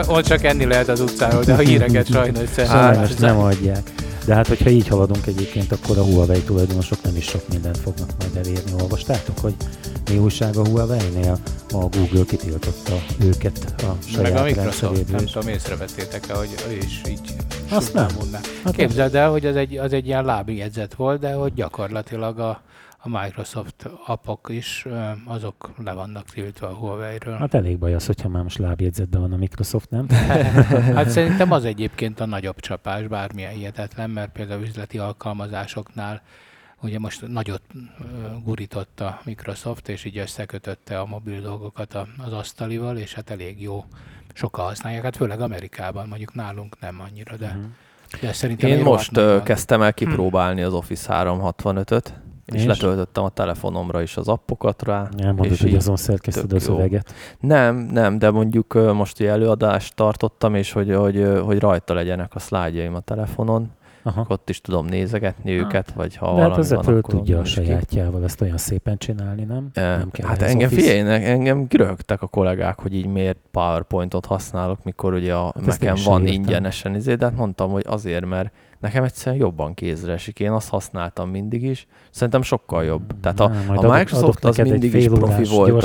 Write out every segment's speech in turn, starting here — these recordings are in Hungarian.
ott csak enni lehet az utcáról, de a híreket sajnos nem adják. De hát, hogyha így haladunk egyébként, akkor a Huawei tulajdonosok nem is sok mindent fognak majd elérni. Olvastátok, hogy mi újság a Huawei-nél? A Google kitiltotta őket a saját meg a Microsoft, rendszeréből. nem tudom, észrevettétek-e, hogy ő is így azt nem. Hát képzeld el, hogy az egy ilyen lábjegyzet volt, de hogy gyakorlatilag a Microsoft appok is, azok le vannak tiltva a Huawei-ről. Hát elég baj az, hogyha már most lábjegyzetben van a Microsoft, nem? Hát szerintem az egyébként a nagyobb csapás, bármilyen hihetetlen, mert például üzleti alkalmazásoknál ugye most nagyot gurított a Microsoft, és így összekötötte a mobil dolgokat az asztalival, és hát elég jó, sokan használják, hát főleg Amerikában, mondjuk nálunk nem annyira, de szerintem... Én most kezdtem el kipróbálni az Office 365-öt, és letöltöttem a telefonomra is az appokat rá. Elmondod, hogy azon szerkeszted a szöveget. Nem, de mondjuk most ugye előadást tartottam, és hogy rajta legyenek a szlájdjaim a telefonon. Ott is tudom nézegetni őket, vagy ha valami hát az van, Apple tudja a sajátjával ezt olyan szépen csinálni, nem? Nem kell hát engem röhögtek a kollégák, hogy így miért PowerPointot használok, mikor ugye nekem van ingyenesen, de hát mondtam, hogy azért, mert nekem egyszerűen jobban kézre esik. Én azt használtam mindig is. Szerintem sokkal jobb. Tehát a Microsoft az mindig is profi volt.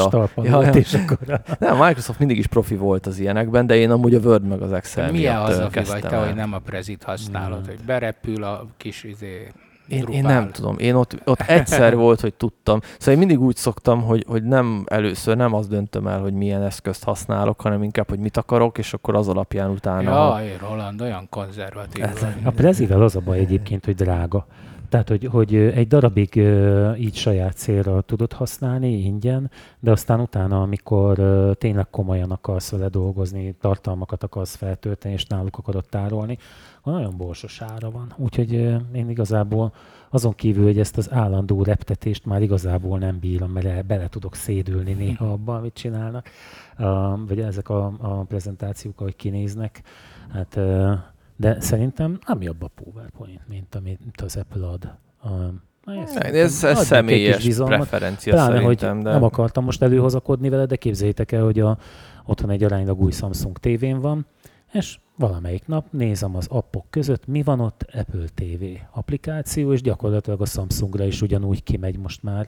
A Microsoft mindig is profi volt az ilyenekben, de én amúgy a Word meg az Excel milyen miatt hazafi kezdtem vagy te, hogy nem a Prezit használod, hogy berepül a kis Én nem tudom. Én ott egyszer volt, hogy tudtam. Szóval én mindig úgy szoktam, hogy nem először nem azt döntöm el, hogy milyen eszközt használok, hanem inkább, hogy mit akarok, és akkor az alapján utána... Jaj, Roland, olyan konzervatív. A Prezivel az a baj egyébként, hogy drága. Tehát, hogy egy darabig így saját célra tudod használni ingyen, de aztán utána, amikor tényleg komolyan akarsz vele dolgozni, tartalmakat akarsz feltölteni, és náluk akarod tárolni, nagyon borsos ára van. Úgyhogy én igazából azon kívül, hogy ezt az állandó reptetést már igazából nem bírom, mert bele tudok szédülni néha abban, amit csinálnak, vagy ezek a prezentációk, ahogy kinéznek. Hát, de szerintem nem jobb a PowerPoint, mint amit az Apple ad. Ez személyes preferencia pláne, szerintem. Hogy nem akartam most előhozakodni vele, de képzeljétek el, hogy otthon egy aránylag új Samsung tévén van, és valamelyik nap nézem az appok között, mi van ott, Apple TV applikáció, és gyakorlatilag a Samsungra is ugyanúgy kimegy most már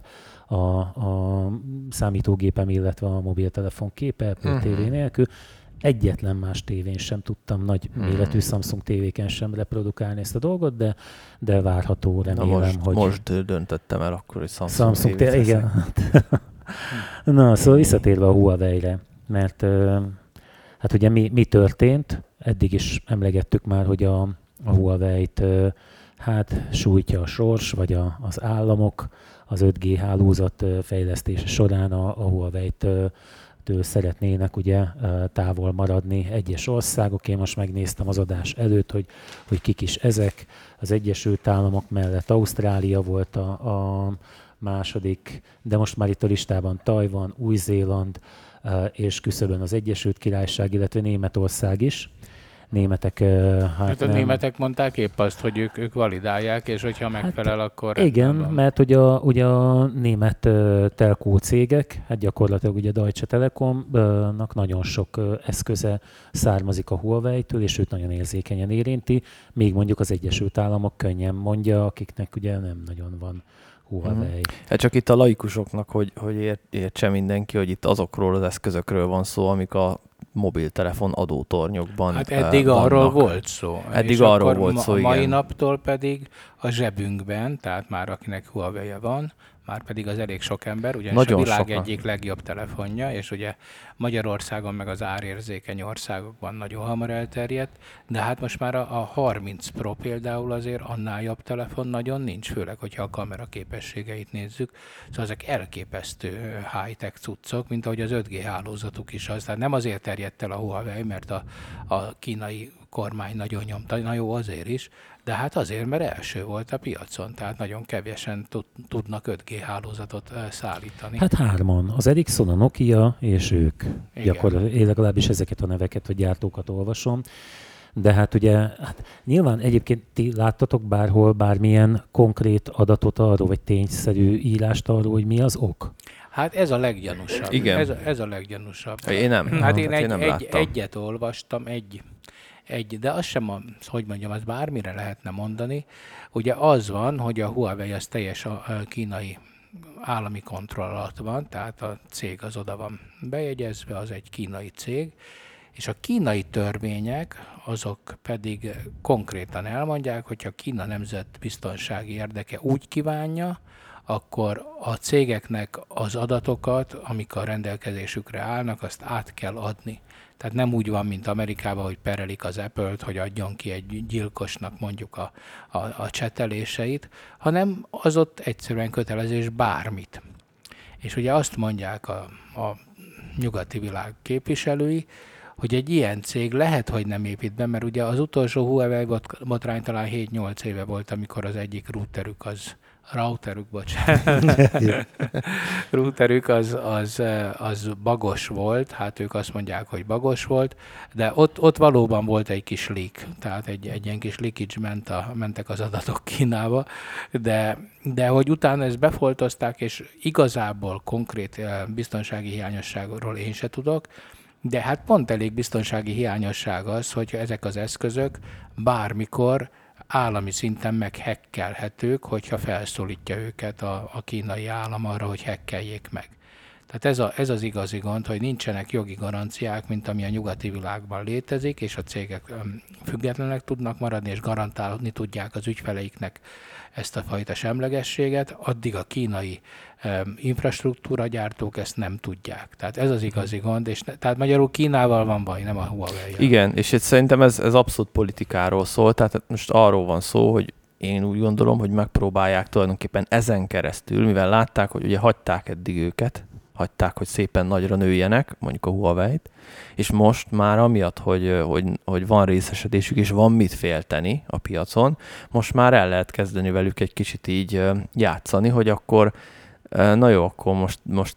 a számítógépem, illetve a mobiltelefon képe Apple TV nélkül. Egyetlen más tévén sem tudtam, nagy méretű Samsung tévéken sem reprodukálni ezt a dolgot, de várható, remélem, hogy... Most döntöttem el akkor, hogy Samsung tévét igen. Na, szóval visszatérve a Huawei-re, mert hát ugye mi történt? Eddig is emlegettük már, hogy a Huawei-t hát sújtja a sors, vagy az államok az 5G hálózat fejlesztése során a Huawei-t szeretnének ugye távol maradni egyes országok. Én most megnéztem az adás előtt, hogy kik is ezek. Az Egyesült Államok mellett Ausztrália volt a második, de most már itt a listában Tajvan, Új-Zéland, és küszöbön az Egyesült Királyság, illetve Németország is. Németek, hát a németek mondták épp azt, hogy ők validálják, és hogyha megfelel, akkor... Igen, mert ugye a német telkó cégek, hát gyakorlatilag ugye Deutsche Telekomnak nagyon sok eszköze származik a Huawei-től, és őt nagyon érzékenyen érinti, még mondjuk az Egyesült Államok könnyen mondja, akiknek ugye nem nagyon van Huawei. Hát csak itt a laikusoknak, hogy értse mindenki, hogy itt azokról az eszközökről van szó, amik a mobiltelefon adótornyokban Hát eddig vannak. arról volt szó. Eddig arról volt szó, igen. A mai naptól pedig a zsebünkben, tehát már akinek Huawei-je van, már pedig az elég sok ember, ugyanis nagyon a világ egyik legjobb telefonja, és ugye Magyarországon meg az árérzékeny országokban nagyon hamar elterjedt, de hát most már a 30 Pro például azért annál jobb telefon nagyon nincs, főleg, hogyha a kamera képességeit nézzük. Szóval ezek elképesztő high-tech cuccok, mint ahogy az 5G hálózatuk is az. Tehát nem azért terjedt el a Huawei, mert a kínai kormány nagyon nyomta, na jó, azért is, de hát azért, mert első volt a piacon, tehát nagyon kevesen tudnak 5G hálózatot szállítani. Hát hárman. Az Ericsson, a Nokia és ők. Gyakorlatilag, én legalábbis ezeket a neveket vagy gyártókat olvasom. De hát ugye, nyilván egyébként ti láttatok bárhol bármilyen konkrét adatot arról, vagy tényszerű írást arról, hogy mi az ok? Hát ez a leggyanúsabb. Igen. Ez a leggyanúsabb. Én nem. Hát én egyet olvastam, de az sem, hogy mondjam, az bármire lehetne mondani. Ugye az van, hogy a Huawei az teljes a kínai állami kontroll alatt van, tehát a cég az oda van bejegyezve, az egy kínai cég, és a kínai törvények azok pedig konkrétan elmondják, hogyha Kína nemzetbiztonsági érdeke úgy kívánja, akkor a cégeknek az adatokat, amik a rendelkezésükre állnak, azt át kell adni. Tehát nem úgy van, mint Amerikában, hogy perelik az Apple-t, hogy adjon ki egy gyilkosnak mondjuk a cseteléseit, hanem az ott egyszerűen kötelezés bármit. És ugye azt mondják a nyugati világ képviselői, hogy egy ilyen cég lehet, hogy nem épít be, mert ugye az utolsó Huawei botrány talán 7-8 éve volt, amikor az egyik routerük az bagos volt, hát ők azt mondják, hogy bagos volt, de ott valóban volt egy kis leak, tehát egy ilyen kis leakage mentek az adatok Kínába, de hogy utána ezt befoltozták, és igazából konkrét biztonsági hiányosságról én se tudok, de hát pont elég biztonsági hiányosság az, hogy ezek az eszközök bármikor állami szinten meghekkelhetők, hogyha felszólítja őket a kínai állam arra, hogy hekkeljék meg. Tehát ez az igazi gond, hogy nincsenek jogi garanciák, mint ami a nyugati világban létezik, és a cégek függetlenek tudnak maradni, és garantálni tudják az ügyfeleiknek ezt a fajta semlegességet, addig a kínai infrastruktúragyártók ezt nem tudják. Tehát ez az igazi gond, és tehát magyarul Kínával van baj, nem a Huawei-jel. Igen, és itt szerintem ez abszolút politikáról szól, tehát most arról van szó, hogy én úgy gondolom, hogy megpróbálják tulajdonképpen ezen keresztül, mivel látták, hogy ugye hagyták eddig őket, hagyták, hogy szépen nagyra nőjenek, mondjuk a Huawei-t, és most már amiatt, hogy van részesedésük, és van mit félteni a piacon, most már el lehet kezdeni velük egy kicsit így játszani, hogy akkor na jó, akkor most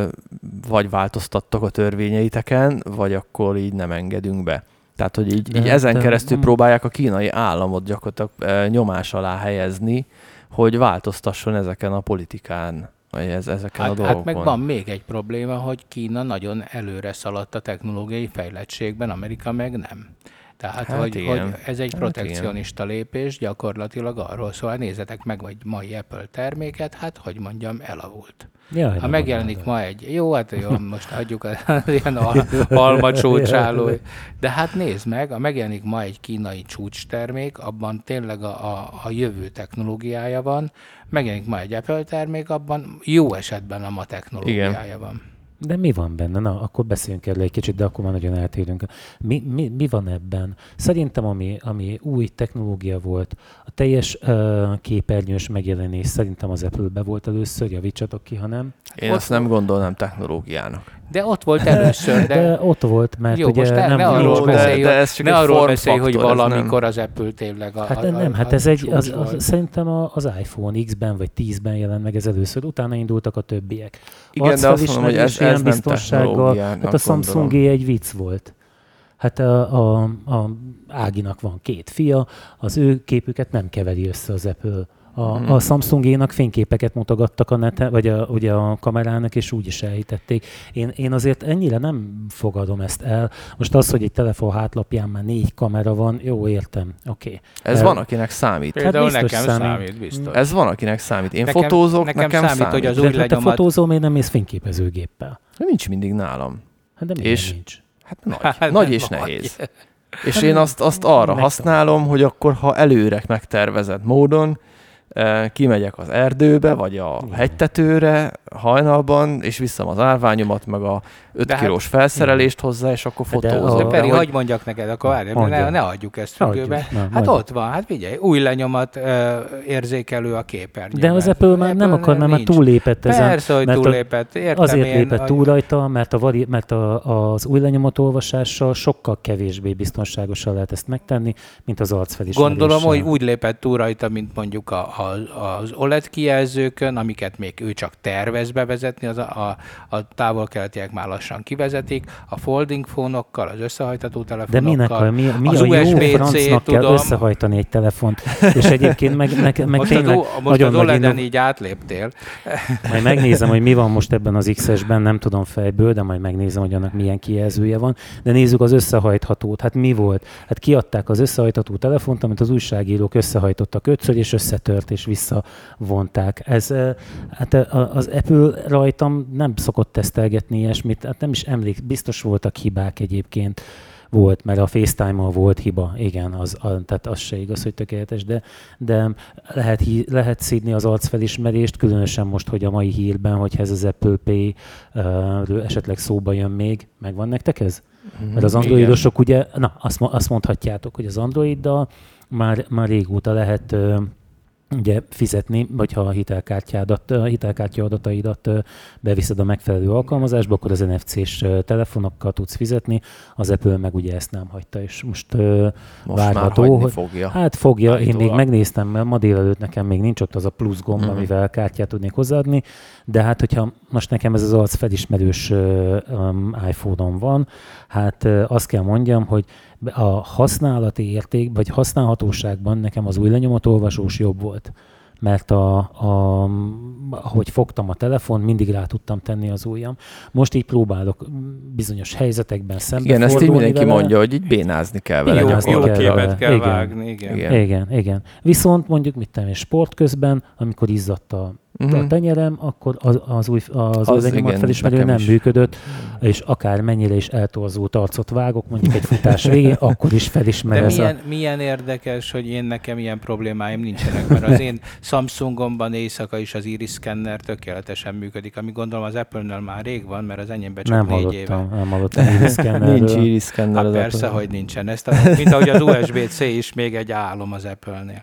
vagy változtattok a törvényeiteken, vagy akkor így nem engedünk be. Tehát, hogy így ezen keresztül próbálják a kínai államot gyakorlatilag nyomás alá helyezni, hogy változtasson ezeken a politikán, vagy ezeken a dolgokon. Hát meg van még egy probléma, hogy Kína nagyon előre szaladt a technológiai fejlettségben, Amerika meg nem. Tehát, hogy ez egy protekcionista lépés, gyakorlatilag arról szól, nézzetek meg, vagy mai Apple terméket, hát, hogy mondjam, elavult. Jaj, ha megjelenik ma jó, most hagyjuk az ilyen almacsócsáló. De hát nézd meg, ha megjelenik ma egy kínai csúcstermék, abban tényleg a jövő technológiája van, megjelenik ma egy Apple termék, abban jó esetben a ma technológiája van. De mi van benne? Na, akkor beszéljünk erről egy kicsit, de akkor már nagyon eltérünk. Mi van ebben? Szerintem, ami új technológia volt, a teljes képernyős megjelenés szerintem az Apple-be volt először, javítsatok ki, ha nem. Én azt nem gondolnám technológiának. De ott volt először. De ott volt, mert jó, ugye most nem arról beszélj, hogy faktor, valamikor az Apple tényleg szerintem az iPhone X-ben vagy 10-ben jelent meg ez először, utána indultak a többiek. Igen, de azt mondom, hogy ez nem technológiának. Hát a Samsungé egy vicc volt. Hát a Áginak van 2 fia, az ő képüket nem keveri össze az Apple. A Samsungénak fényképeket mutogattak a neten, vagy ugye a kamerának, és úgy is elhitették. Én azért ennyire nem fogadom ezt el. Most az, hogy egy telefon hátlapján már 4 kamera van, jó, értem, oké. Ez van, akinek számít. Például nekem számít, biztos. Ez van, akinek számít. Én fotózok, nekem számít. Hogy az új lenyomat... Te fotózol, miért nem mész fényképezőgéppel? Nincs mindig nálam. Hát de miért nincs? Hát nagy és nehéz. És én azt arra használom, hogy akkor, ha előre megtervezett módon kimegyek az erdőbe, vagy a hegytetőre hajnalban, és viszem az árványomat, meg a 5 kilós felszerelést hozzá, és akkor fotózom. De Peri, hogy mondjak neked, akkor várjál, ne adjuk ezt függőbe. Hát ott van, hát figyelj, új lenyomat érzékelő a képernyőben. De az Apple már nem akarná, már túllépett ezen. Persze, hogy túllépett, értem. Azért lépett túl rajta, mert az új lenyomatolvasással sokkal kevésbé biztonságosan lehet ezt megtenni, mint az arcfelismerés. Gondolom, hogy úgy lépett túl rajta, mint mondjuk a az OLED kijelzőkön, amiket még ő csak tervez bevezetni, a távol-keletiek már lassan kivezetik, a folding phone-okkal, az összehajtható telefonokkal. De mi a jó francnak kell összehajtani egy telefont? És egyébként meg most tényleg most az OLED-en így átléptél. Majd megnézem, hogy mi van most ebben az XS-ben, nem tudom fejből, de majd megnézem, hogy annak milyen kijelzője van. De nézzük az összehajthatót. Hát mi volt? Hát kiadták az összehajtható telefont, amit az újságírók összehajtottak 5-ször, és összetört, és visszavonták. Hát az Apple rajtam nem szokott tesztelgetni ilyesmit, hát nem is biztos voltak hibák egyébként. Volt, mert a FaceTime-mal volt hiba, igen, tehát az se igaz, hogy tökéletes, de lehet szídni az arcfelismerést, különösen most, hogy a mai hírben, hogy ez az Apple Pay esetleg szóba jön még. Megvan nektek ez? Mert az androidosok ugye, azt mondhatjátok, hogy az androiddal már régóta lehet ugye fizetni, vagy ha a hitelkártya adataidat beviszed a megfelelő alkalmazásba, akkor az NFC-s telefonokkal tudsz fizetni, az Apple meg ugye ezt nem hagyta, és most várható, hogy fogja. Hát fogja, én még megnéztem, mert ma délelőtt nekem még nincs ott az a plusz gomb, amivel kártyát tudnék hozzáadni, de hát hogyha most nekem ez az arcfelismerős iPhone-on van, hát azt kell mondjam, hogy a használati érték, vagy használhatóságban nekem az új lenyomatolvasós jobb volt. Mert ahogy fogtam a telefon, mindig rá tudtam tenni az ujjam. Most így próbálok bizonyos helyzetekben szembefordulni. Igen, ezt így mindenki mondja, hogy így bénázni kell vele. Jó képet kell vágni. Igen. Viszont mondjuk, sport közben, amikor izzadt a tenyerem, akkor az új lenyomatfelismerő nem működött, és akár mennyire is eltorzult arcot vágok, mondjuk egy futás végén, akkor is felismer. De milyen érdekes, hogy nekem ilyen problémáim nincsenek, mert az én Samsungomban éjszaka is az iris szkenner tökéletesen működik, ami gondolom az Apple-nál már rég van, mert az enyémben csak 4 éve. Nem hallottam iris szkennerről. Nincs iris szkenner az persze, Apple. hogy nincsen. Mint ahogy az USB-C is még egy álom az Apple-nél.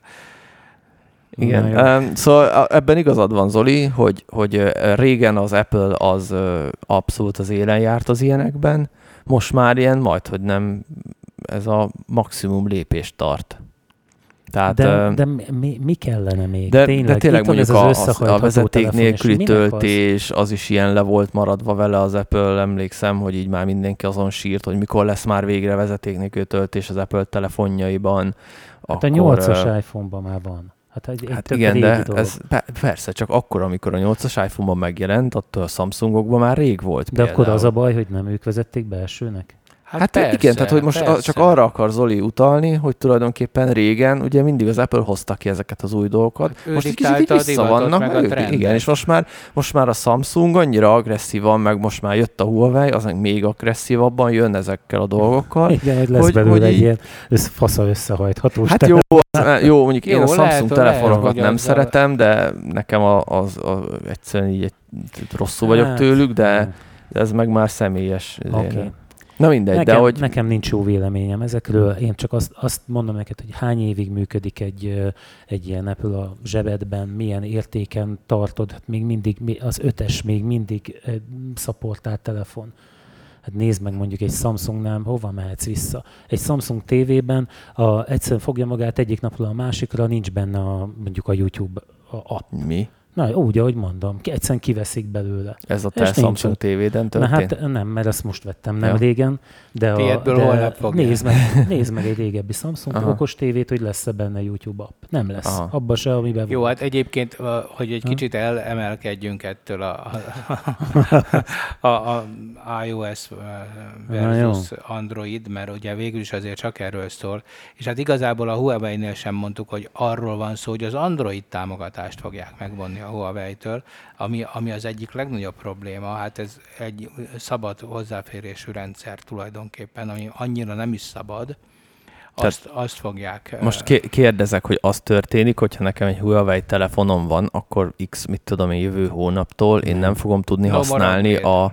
Igen, szóval ebben igazad van, Zoli, hogy régen az Apple az abszolút az élen járt az ilyenekben, most már ilyen hogy nem ez a maximum lépést tart. Tehát, de mi kellene még? De tényleg mondjuk a vezeték nélküli töltés, az is ilyen le volt maradva vele az Apple, emlékszem, hogy így már mindenki azon sírt, hogy mikor lesz már végre vezeték nélküli töltés az Apple telefonjaiban. Hát a 8-as iPhone-ban már van. Hát igen, de ez persze, csak akkor, amikor a 8-as iPhone-ban megjelent, attól a Samsungokban már rég volt. De akkor az a baj, hogy nem ők vezették belsőnek? Hát persze, igen, tehát hogy most csak arra akar Zoli utalni, hogy tulajdonképpen régen ugye mindig az Apple hozta ki ezeket az új dolgokat. Most egy kicsit vissza vannak, igen, és most már a Samsung annyira agresszívan, meg most már jött a Huawei, az még agresszívabban jön ezekkel a dolgokkal. Igen, hogy lesz belőle egy ilyen fasza összehajthatós. Hát jó, mondjuk én a Samsung telefonokat nem szeretem, de nekem az egyszerűen így rosszul vagyok tőlük, de ez meg már személyes. Okay. Na mindegy, nekem nincs jó véleményem ezekről. Én csak azt mondom neked, hogy hány évig működik egy ilyen Apple a zsebedben, milyen értéken tartod, hát még mindig, az 5-es még mindig szapportált telefon. Hát nézd meg mondjuk egy Samsungnál, hova mehetsz vissza. Egy Samsung TV-ben egyszerűen fogja magát egyik napról a másikra, nincs benne mondjuk a YouTube app. Mi? Na, úgy, ahogy mondom, egyszerűen kiveszik belőle. Ez a te Samsung TV-den történt? Hát nem, mert azt most vettem nem régen. De holnap fogja. Nézd meg egy régebbi Samsung okos tévét, hogy lesz-e benne YouTube app. Nem lesz. Abba se, amiben jó, hát egyébként, hogy egy kicsit elemelkedjünk ettől a iOS versus Android, mert ugye végül is azért csak erről szól. És hát igazából a Huawei-nél sem mondtuk, hogy arról van szó, hogy az Android támogatást fogják megvonni a Huawei-től, ami az egyik legnagyobb probléma. Hát ez egy szabad hozzáférésű rendszer tulajdonképpen, ami annyira nem is szabad, azt fogják... Most kérdezek, hogy az történik, hogyha nekem egy Huawei telefonom van, akkor jövő hónaptól én nem fogom tudni használni a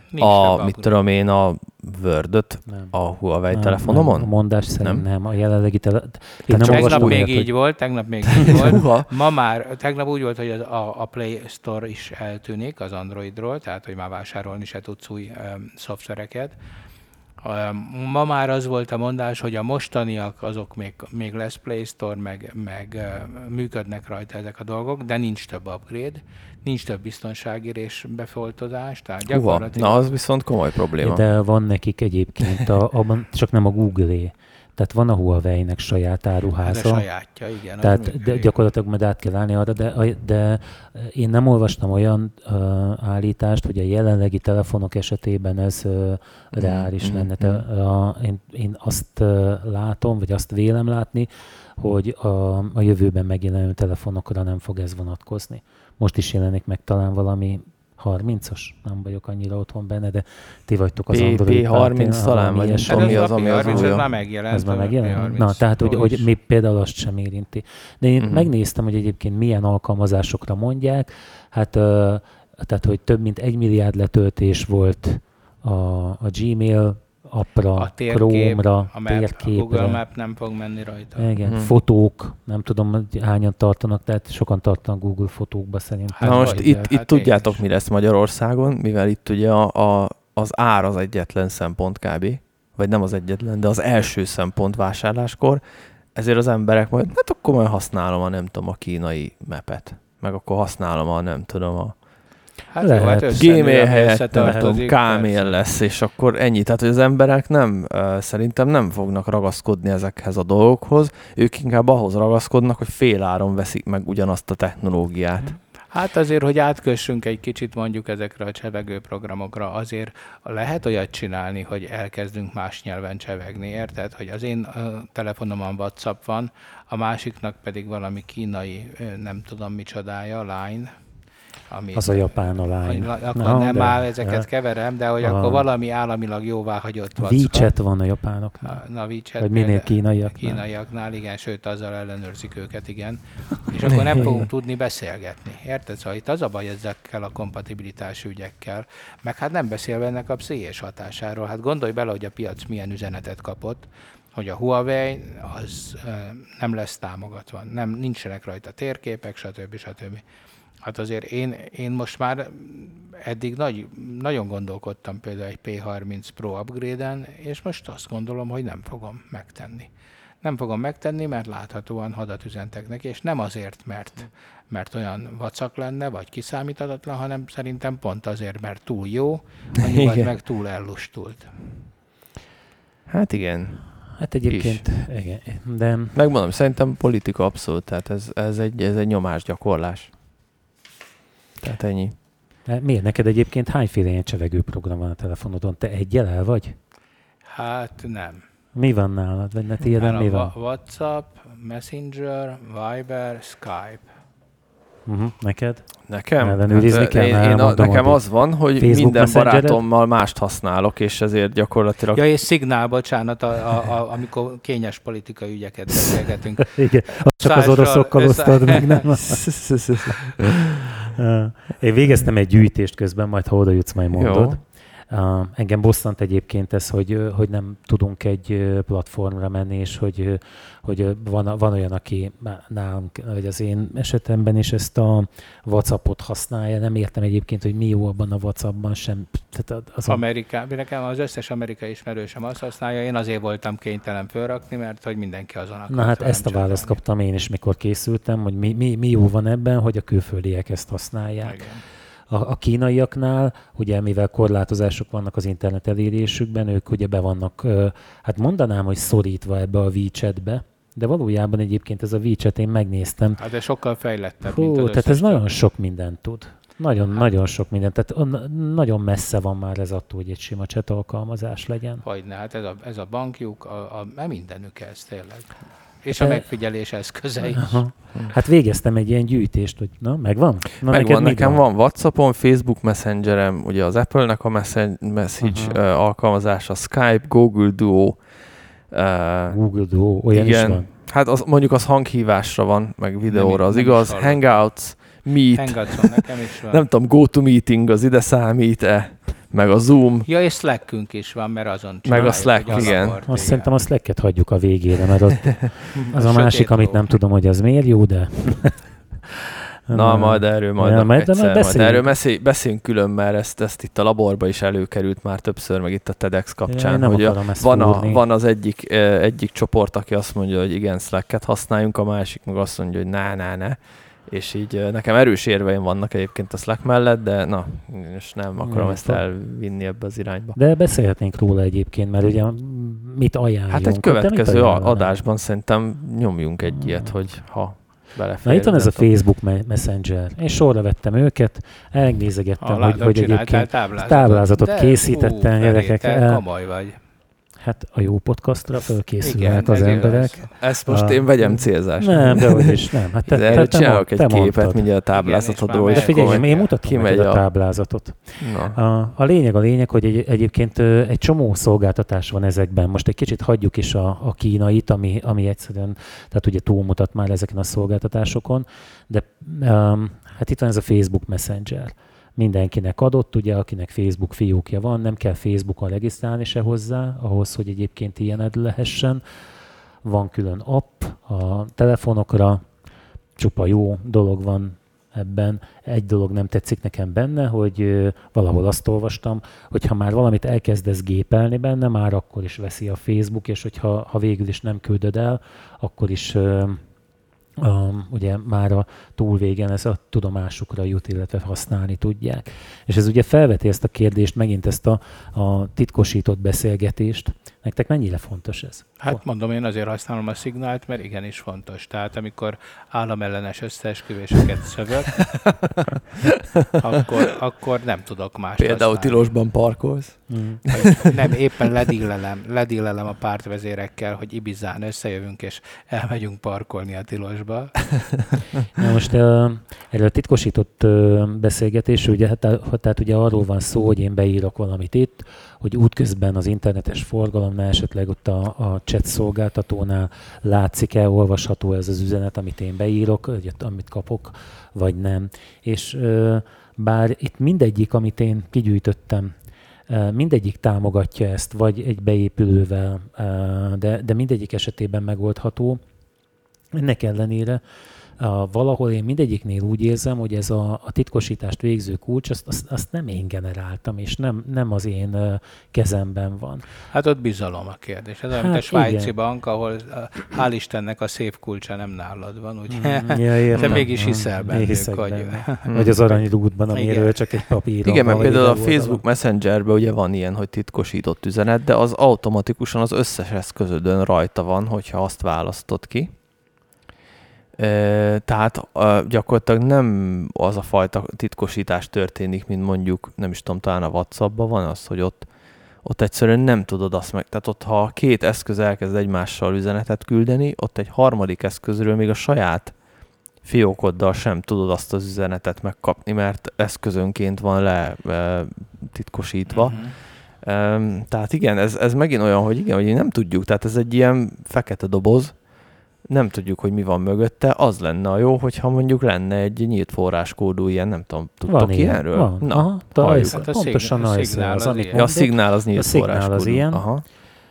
Word-öt a Huawei telefonomon? Nem, a mondás szerint nem. A jelenlegi tegnap még így volt. Ma már, tegnap úgy volt, hogy a Play Store is eltűnik az Androidról, tehát hogy már vásárolni se tudsz új szoftvereket. Ma már az volt a mondás, hogy a mostaniak azok még lesz Play Store, meg működnek rajta ezek a dolgok, de nincs több upgrade, nincs több biztonsági és befoltozás, tehát gyakorlatilag... Na, az viszont komoly probléma. De van nekik egyébként, abban csak nem a Google-é. Tehát van a Huawei-nek saját áruháza. Hát a sajátja, igen. Tehát gyakorlatilag majd át kell állni arra, de én nem olvastam olyan állítást, hogy a jelenlegi telefonok esetében ez reális lenne. Én azt látom, vagy azt vélem látni, hogy a jövőben megjelenő telefonokra nem fog ez vonatkozni. Most is jelenik meg talán valami 30-as, nem vagyok annyira otthon benne, de ti vagytok az Android P30 talán, vagy ami az újja. Ez már megjelent. Ez már megjelent? Na, tehát hogy mi például azt sem érinti. De én megnéztem, hogy egyébként milyen alkalmazásokra mondják. Hát, tehát, hogy több mint 1 milliárd letöltés volt a Gmail appra, a térkép, Chrome-ra, térképre. A Google Map nem fog menni rajta. Igen, fotók, nem tudom, hányan tartanak, tehát sokan tartanak Google fotókba szerintem. Hát na most itt tudjátok, mi lesz Magyarországon, mivel itt ugye az ár az egyetlen szempont kb. Vagy nem az egyetlen, de az első szempont vásárláskor, ezért az emberek majd, hát akkor majd használom a kínai mapet, meg akkor használom nem tudom Hát lehet. Gmail helyett Kmail lesz, és akkor ennyi. Tehát, hogy az emberek szerintem nem fognak ragaszkodni ezekhez a dolgokhoz, ők inkább ahhoz ragaszkodnak, hogy féláron veszik meg ugyanazt a technológiát. Hát azért, hogy átkössünk egy kicsit mondjuk ezekre a csevegő programokra, azért lehet olyat csinálni, hogy elkezdünk más nyelven csevegni, érted? Hogy az én telefonomon WhatsApp van, a másiknak pedig valami kínai, nem tudom micsodája, Line. Az a japán a Line. Akkor nem már ezeket keverem, de hogy akkor valami államilag jóváhagyott WhatsApp. WeChat van a japánoknál. Na WeChat. Vagy minél kínaiaknál. Kínaiaknál, igen, sőt azzal ellenőrzik őket, igen. És akkor nem fogunk tudni beszélgetni. Érted? Szóval itt az a baj ezekkel a kompatibilitás ügyekkel, meg hát nem beszélve ennek a pszichés hatásáról. Hát gondolj bele, hogy a piac milyen üzenetet kapott, hogy a Huawei az nem lesz támogatva, nincsenek rajta térképek, stb. Hát azért én most már eddig nagyon gondolkodtam például egy P30 Pro upgrade-en, és most azt gondolom, hogy nem fogom megtenni. Nem fogom megtenni, mert láthatóan hadat üzentek neki, és nem azért, mert olyan vacak lenne, vagy kiszámíthatatlan, hanem szerintem pont azért, mert túl jó, vagy meg túl ellustult. Hát igen. Hát egyébként, igen. De... Megmondom, szerintem politika abszolút, tehát ez egy nyomásgyakorlás. Tehát ennyi. Miért neked egyébként hányféle ilyen csevegő program van a telefonodon? Te egyel el vagy? Hát nem. Mi van nálad? Vagy ne tiéden mi van? WhatsApp, Messenger, Viber, Skype. Neked? Nekem? Ellenőrizni kell? Nekem az van, hogy Facebook minden barátommal mást használok, és ezért gyakorlatilag... Ja, és Szignál, bocsánat, amikor kényes politikai ügyeket beszélgetünk. Igen, csak az oroszokkal osztod meg, nem? Én végeztem egy gyűjtést közben, majd ha oda jutsz, majd mondod. Engem bosszant egyébként ez, hogy nem tudunk egy platformra menni, és hogy van olyan, aki nálunk, vagy az én esetemben is ezt a WhatsAppot használja. Nem értem egyébként, hogy mi jó abban a WhatsAppban sem. Nekem az összes amerikai ismerősöm azt használja, én azért voltam kénytelen fölrakni, mert hogy mindenki azon akart. Na hát ezt a választ kaptam én is, mikor készültem, hogy mi jó van ebben, hogy a külföldiek ezt használják. Igen. A kínaiaknál, ugye mivel korlátozások vannak az internet elérésükben, ők ugye be vannak, hát mondanám, hogy szorítva ebbe a WeChatbe, de valójában egyébként ez a WeChat, én megnéztem. Hát de sokkal fejlettebb, mint az tehát ez nagyon sok mindent tud. Nagyon sok mindent. Tehát nagyon messze van már ez attól, hogy egy sima chat alkalmazás legyen. Hogyne, hát ez a bankjuk, mindenük ez tényleg. És a megfigyelés eszköze is. Hát végeztem egy ilyen gyűjtést, hogy megvan? Megvan, nekem van WhatsAppon, Facebook Messengerem, ugye az Apple-nek a message alkalmazása, Skype, Google Duo. Google Duo, olyan igen, is van? Hát mondjuk az hanghívásra van, meg videóra, az igaz. Hangouts, Meet, Hangoutson nekem is van. Nem tudom, GoToMeeting az ide számít-e, meg a Zoom. Ja, és Slackünk is van, mert azon csináljuk. Meg a Slack, igen. Azt szerintem a Slacket hagyjuk a végére, mert az a másik, amit nem tudom, hogy az miért jó, de... Na, majd erről egyszer. Beszéljünk külön, mert ezt itt a laborba is előkerült már többször, meg itt a TEDx kapcsán, hogy van az egyik csoport, aki azt mondja, hogy igen, Slack-et használjunk, a másik meg azt mondja, hogy ne. És így nekem erős érveim vannak egyébként a Slack mellett, de na, és nem akarom ezt elvinni ebbe az irányba. De beszélhetnénk róla egyébként, mert ugye mit ajánljunk? Hát egy következő adásban szerintem nyomjunk egy ilyet, hogy ha belefér. Na itt van ez a Facebook Messenger. Én sorra vettem őket, elnézegettem, hogy egyébként táblázatot készítettem, gyerekek. Komoly vagy. Hát a jó podcastra fölkészülnek az emberek. Ezt most én vegyem célzásra. Nem, dehogy is nem. Hát erről csinálok egy képet, mindjárt a táblázatodról. De figyelj, én mutatom meg a táblázatot. A lényeg, hogy egyébként egy csomó szolgáltatás van ezekben. Most egy kicsit hagyjuk is a kínait, ami egyszerűen, tehát ugye túlmutat már ezeken a szolgáltatásokon, de hát itt van ez a Facebook Messenger. Mindenkinek adott, ugye, akinek Facebook fiókja van, nem kell Facebookon regisztrálni se hozzá, ahhoz, hogy egyébként ilyened lehessen. Van külön app a telefonokra, csupa jó dolog van ebben. Egy dolog nem tetszik nekem benne, hogy valahol azt olvastam, hogy ha már valamit elkezdesz gépelni benne, már akkor is veszi a Facebook, és hogyha végül is nem küldöd el, akkor is ugye már a túlvégen ez a tudomásukra jut, illetve használni tudják. És ez ugye felveti ezt a kérdést, megint ezt a titkosított beszélgetést. Nektek mennyire fontos ez? Hát mondom, én azért használom a Signált, mert igenis fontos. Tehát amikor államellenes összeesküvéseket szövök, akkor nem tudok más Például tilosban parkolsz? Nem, éppen ledillelem a pártvezérekkel, hogy Ibizán összejövünk, és elmegyünk parkolni a tilosba. Na most erről a titkosított beszélgetés, ugye, tehát ugye arról van szó, hogy én beírok valamit itt, hogy útközben az internetes forgalomnál, esetleg ott a chat szolgáltatónál látszik-e, olvasható ez az üzenet, amit én beírok, amit kapok, vagy nem. És bár itt mindegyik, amit én kigyűjtöttem, mindegyik támogatja ezt, vagy egy beépülővel, de mindegyik esetében megoldható. Ennek ellenére valahol én mindegyiknél úgy érzem, hogy ez a titkosítást végző kulcs, azt nem én generáltam, és nem az én kezemben van. Hát ott bizalom a kérdés. Ez olyan, mint a svájci bank, ahol hál' Istennek a szép kulcsa nem nálad van, ugye? Te mégis hiszel bennük, hogy... Vagy az Aranyrútban, amiről csak egy papíron. Igen, mert például a Facebook Messengerben ugye van ilyen, hogy titkosított üzenet, de az automatikusan az összes eszközödön rajta van, hogyha azt választod ki. Tehát gyakorlatilag nem az a fajta titkosítás történik, mint mondjuk, nem is tudom, talán a WhatsApp-ban van az, hogy ott egyszerűen nem tudod azt meg. Tehát ott, ha két eszköz elkezd egymással üzenetet küldeni, ott egy harmadik eszközről még a saját fiókoddal sem tudod azt az üzenetet megkapni, mert eszközönként van titkosítva. Tehát igen, ez megint olyan, hogy igen, hogy nem tudjuk. Tehát ez egy ilyen fekete doboz, nem tudjuk, hogy mi van mögötte, az lenne a jó, hogyha mondjuk lenne egy nyílt forráskódú ilyen, nem tudom, tudtok ilyenről? Van. Na, aha, pontosan a Signál az nyílt forráskódú. Az ilyen. Aha.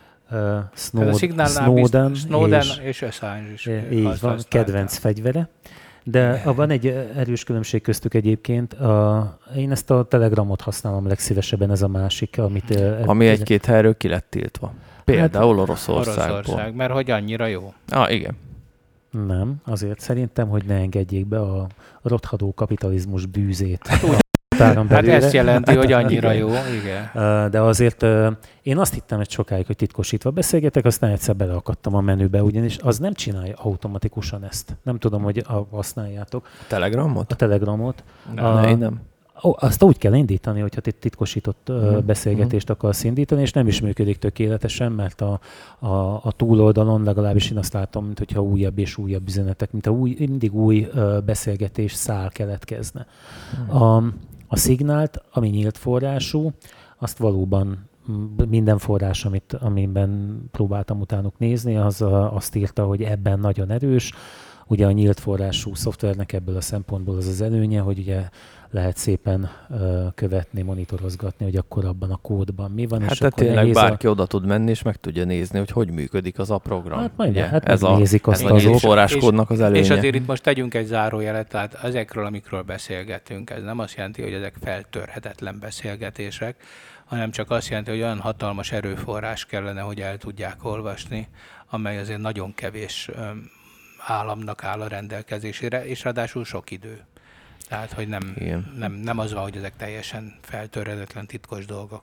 Snowden és Assange is. Így van, kedvenc fegyvere. De van egy erős különbség köztük egyébként. Én ezt a Telegramot használom legszívesebben, ez a másik, amit... Ami egy-két helyről ki lett tiltva. Például Oroszországból. Oroszország, mert hogy annyira jó. Igen. Nem, azért szerintem, hogy ne engedjék be a rothadó kapitalizmus bűzét. Hát ezt jelenti, hogy annyira jó, igen. De azért én azt hittem egy sokáig, hogy titkosítva beszélgetek, aztán egyszer beleakadtam a menübe, ugyanis az nem csinálja automatikusan ezt. Nem tudom, hogy használjátok. A Telegramot? A Telegramot. Én nem. Azt úgy kell indítani, hogyha titkosított beszélgetést akarsz indítani, és nem is működik tökéletesen, mert a túloldalon legalábbis én azt látom, mint hogyha újabb és újabb üzenetek, mint mindig új beszélgetés szál keletkezne. A Signált, ami nyílt forrású, azt valóban minden forrás, amiben próbáltam utánuk nézni, az azt írta, hogy ebben nagyon erős. ugye a nyílt forrású szoftvernek ebből a szempontból az előnye, hogy ugye lehet szépen követni, monitorozgatni, hogy akkor abban a kódban mi van. Hát és tehát akkor tényleg bárki oda tud menni, és meg tudja nézni, hogy működik az a program. Hát majd ugye? hát ez nézik azt a nyílt azok. forráskódnak az előnye. És azért itt most tegyünk egy zárójelet, tehát ezekről, amikről beszélgetünk, ez nem azt jelenti, hogy ezek feltörhetetlen beszélgetések, hanem csak azt jelenti, hogy olyan hatalmas erőforrás kellene, hogy el tudják olvasni, amely azért nagyon kevés államnak áll a rendelkezésére, és ráadásul sok idő. Tehát, hogy nem az van, hogy ezek teljesen feltörhetetlen titkos dolgok.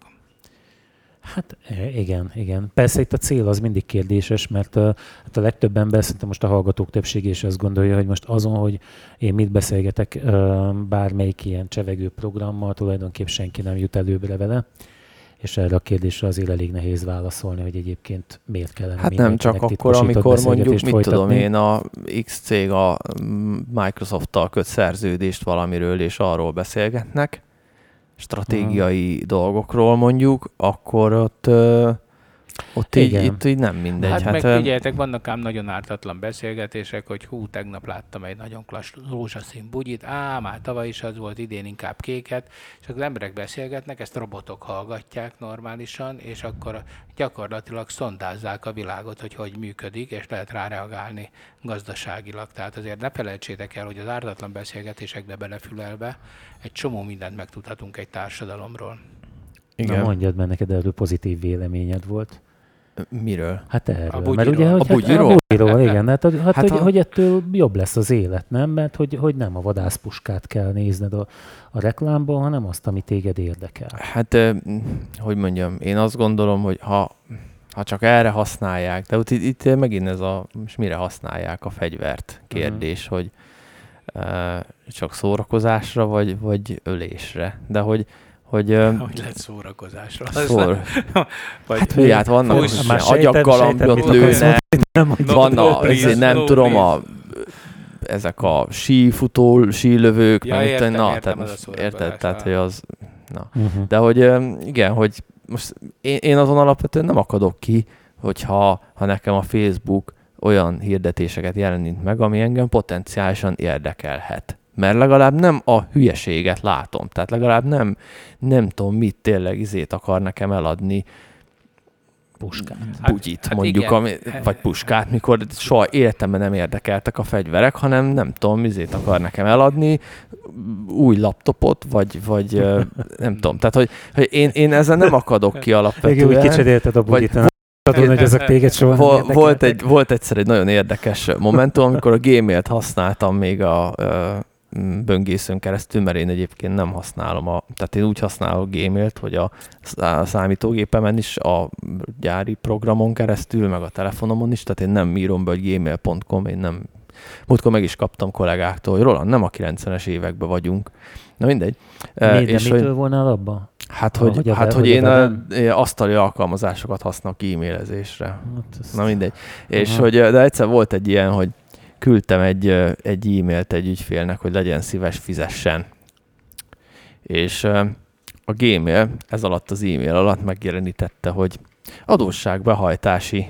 Hát igen. Persze itt a cél az mindig kérdéses, mert hát a legtöbb ember, szerintem most a hallgatók többsége is azt gondolja, hogy most azon, hogy én mit beszélgetek bármelyik ilyen csevegő programmal, tulajdonképpen senki nem jut előbbre vele. És erre a kérdésre azért elég nehéz válaszolni, hogy egyébként miért kellene hát nem csak akkor, amikor mondjuk, mit folytatni. tudom én, a X cég a Microsoft-tal köt szerződést valamiről, és arról beszélgetnek, stratégiai dolgokról mondjuk, akkor ott így nem mindegy. Hát meg figyeljetek, vannak ám nagyon ártatlan beszélgetések, hogy tegnap láttam egy nagyon klassz rózsaszín bugyit, már tavaly is az volt, idén inkább kéket, és az emberek beszélgetnek, ezt robotok hallgatják normálisan, és akkor gyakorlatilag szondázzák a világot, hogy működik, és lehet rá reagálni gazdaságilag. Tehát azért ne felejtsétek el, hogy az ártatlan beszélgetésekbe belefülelve egy csomó mindent megtudhatunk egy társadalomról. Igen. Na mondjad, mert neked erről pozitív véleményed volt. Miről? Hát erről. A bugyiról. Mert ugye, a bugyiról? A bugyiról, igen. Hát hogy ettől jobb lesz az élet, nem? Mert hogy nem a vadászpuskát kell nézned a reklámban, hanem azt, ami téged érdekel. Hát, hogy mondjam, én azt gondolom, hogy ha csak erre használják, de itt megint ez és mire használják a fegyvert kérdés, hogy csak szórakozásra, vagy ölésre. De hogy lehet szórakozásra. Hát vannak agyaggalambot lőnek, nem tudom, ezek a sílövők, érted? Tehát, hogy az... De hogy igen, hogy most én azon alapvetően nem akadok ki, hogyha nekem a Facebook olyan hirdetéseket jelenít meg, ami engem potenciálisan érdekelhet. Mert legalább nem a hülyeséget látom. Tehát legalább nem tudom, mit tényleg akar nekem eladni. Puskát. Bugyit mondjuk, vagy puskát, mikor soha életemben nem érdekeltek a fegyverek, hanem nem tudom, akar nekem eladni, új laptopot, vagy nem tudom. Tehát, hogy én ezzel nem akadok ki alapvetően. Még úgy kicserélted a bugyit. Hogy ezek téged soha volt egyszer egy nagyon érdekes momentum, amikor a Gmailt használtam még a böngészőn keresztül, mert én egyébként nem használom tehát én úgy használom a Gmailt, hogy a számítógépemen is, a gyári programon keresztül, meg a telefonomon is, tehát én nem írom be, hogy gmail.com, én nem. Múltkor meg is kaptam kollégáktól, hogy Roland, nem a 90-es években vagyunk. Na mindegy. Mitől volna abban? Hogy én asztali alkalmazásokat használok e-mailezésre. Na mindegy. És de egyszer volt egy ilyen, hogy küldtem egy e-mailt egy ügyfélnek, hogy legyen szíves, fizessen. És a Gmail ez alatt az e-mail alatt megjelenítette, hogy adósságbehajtási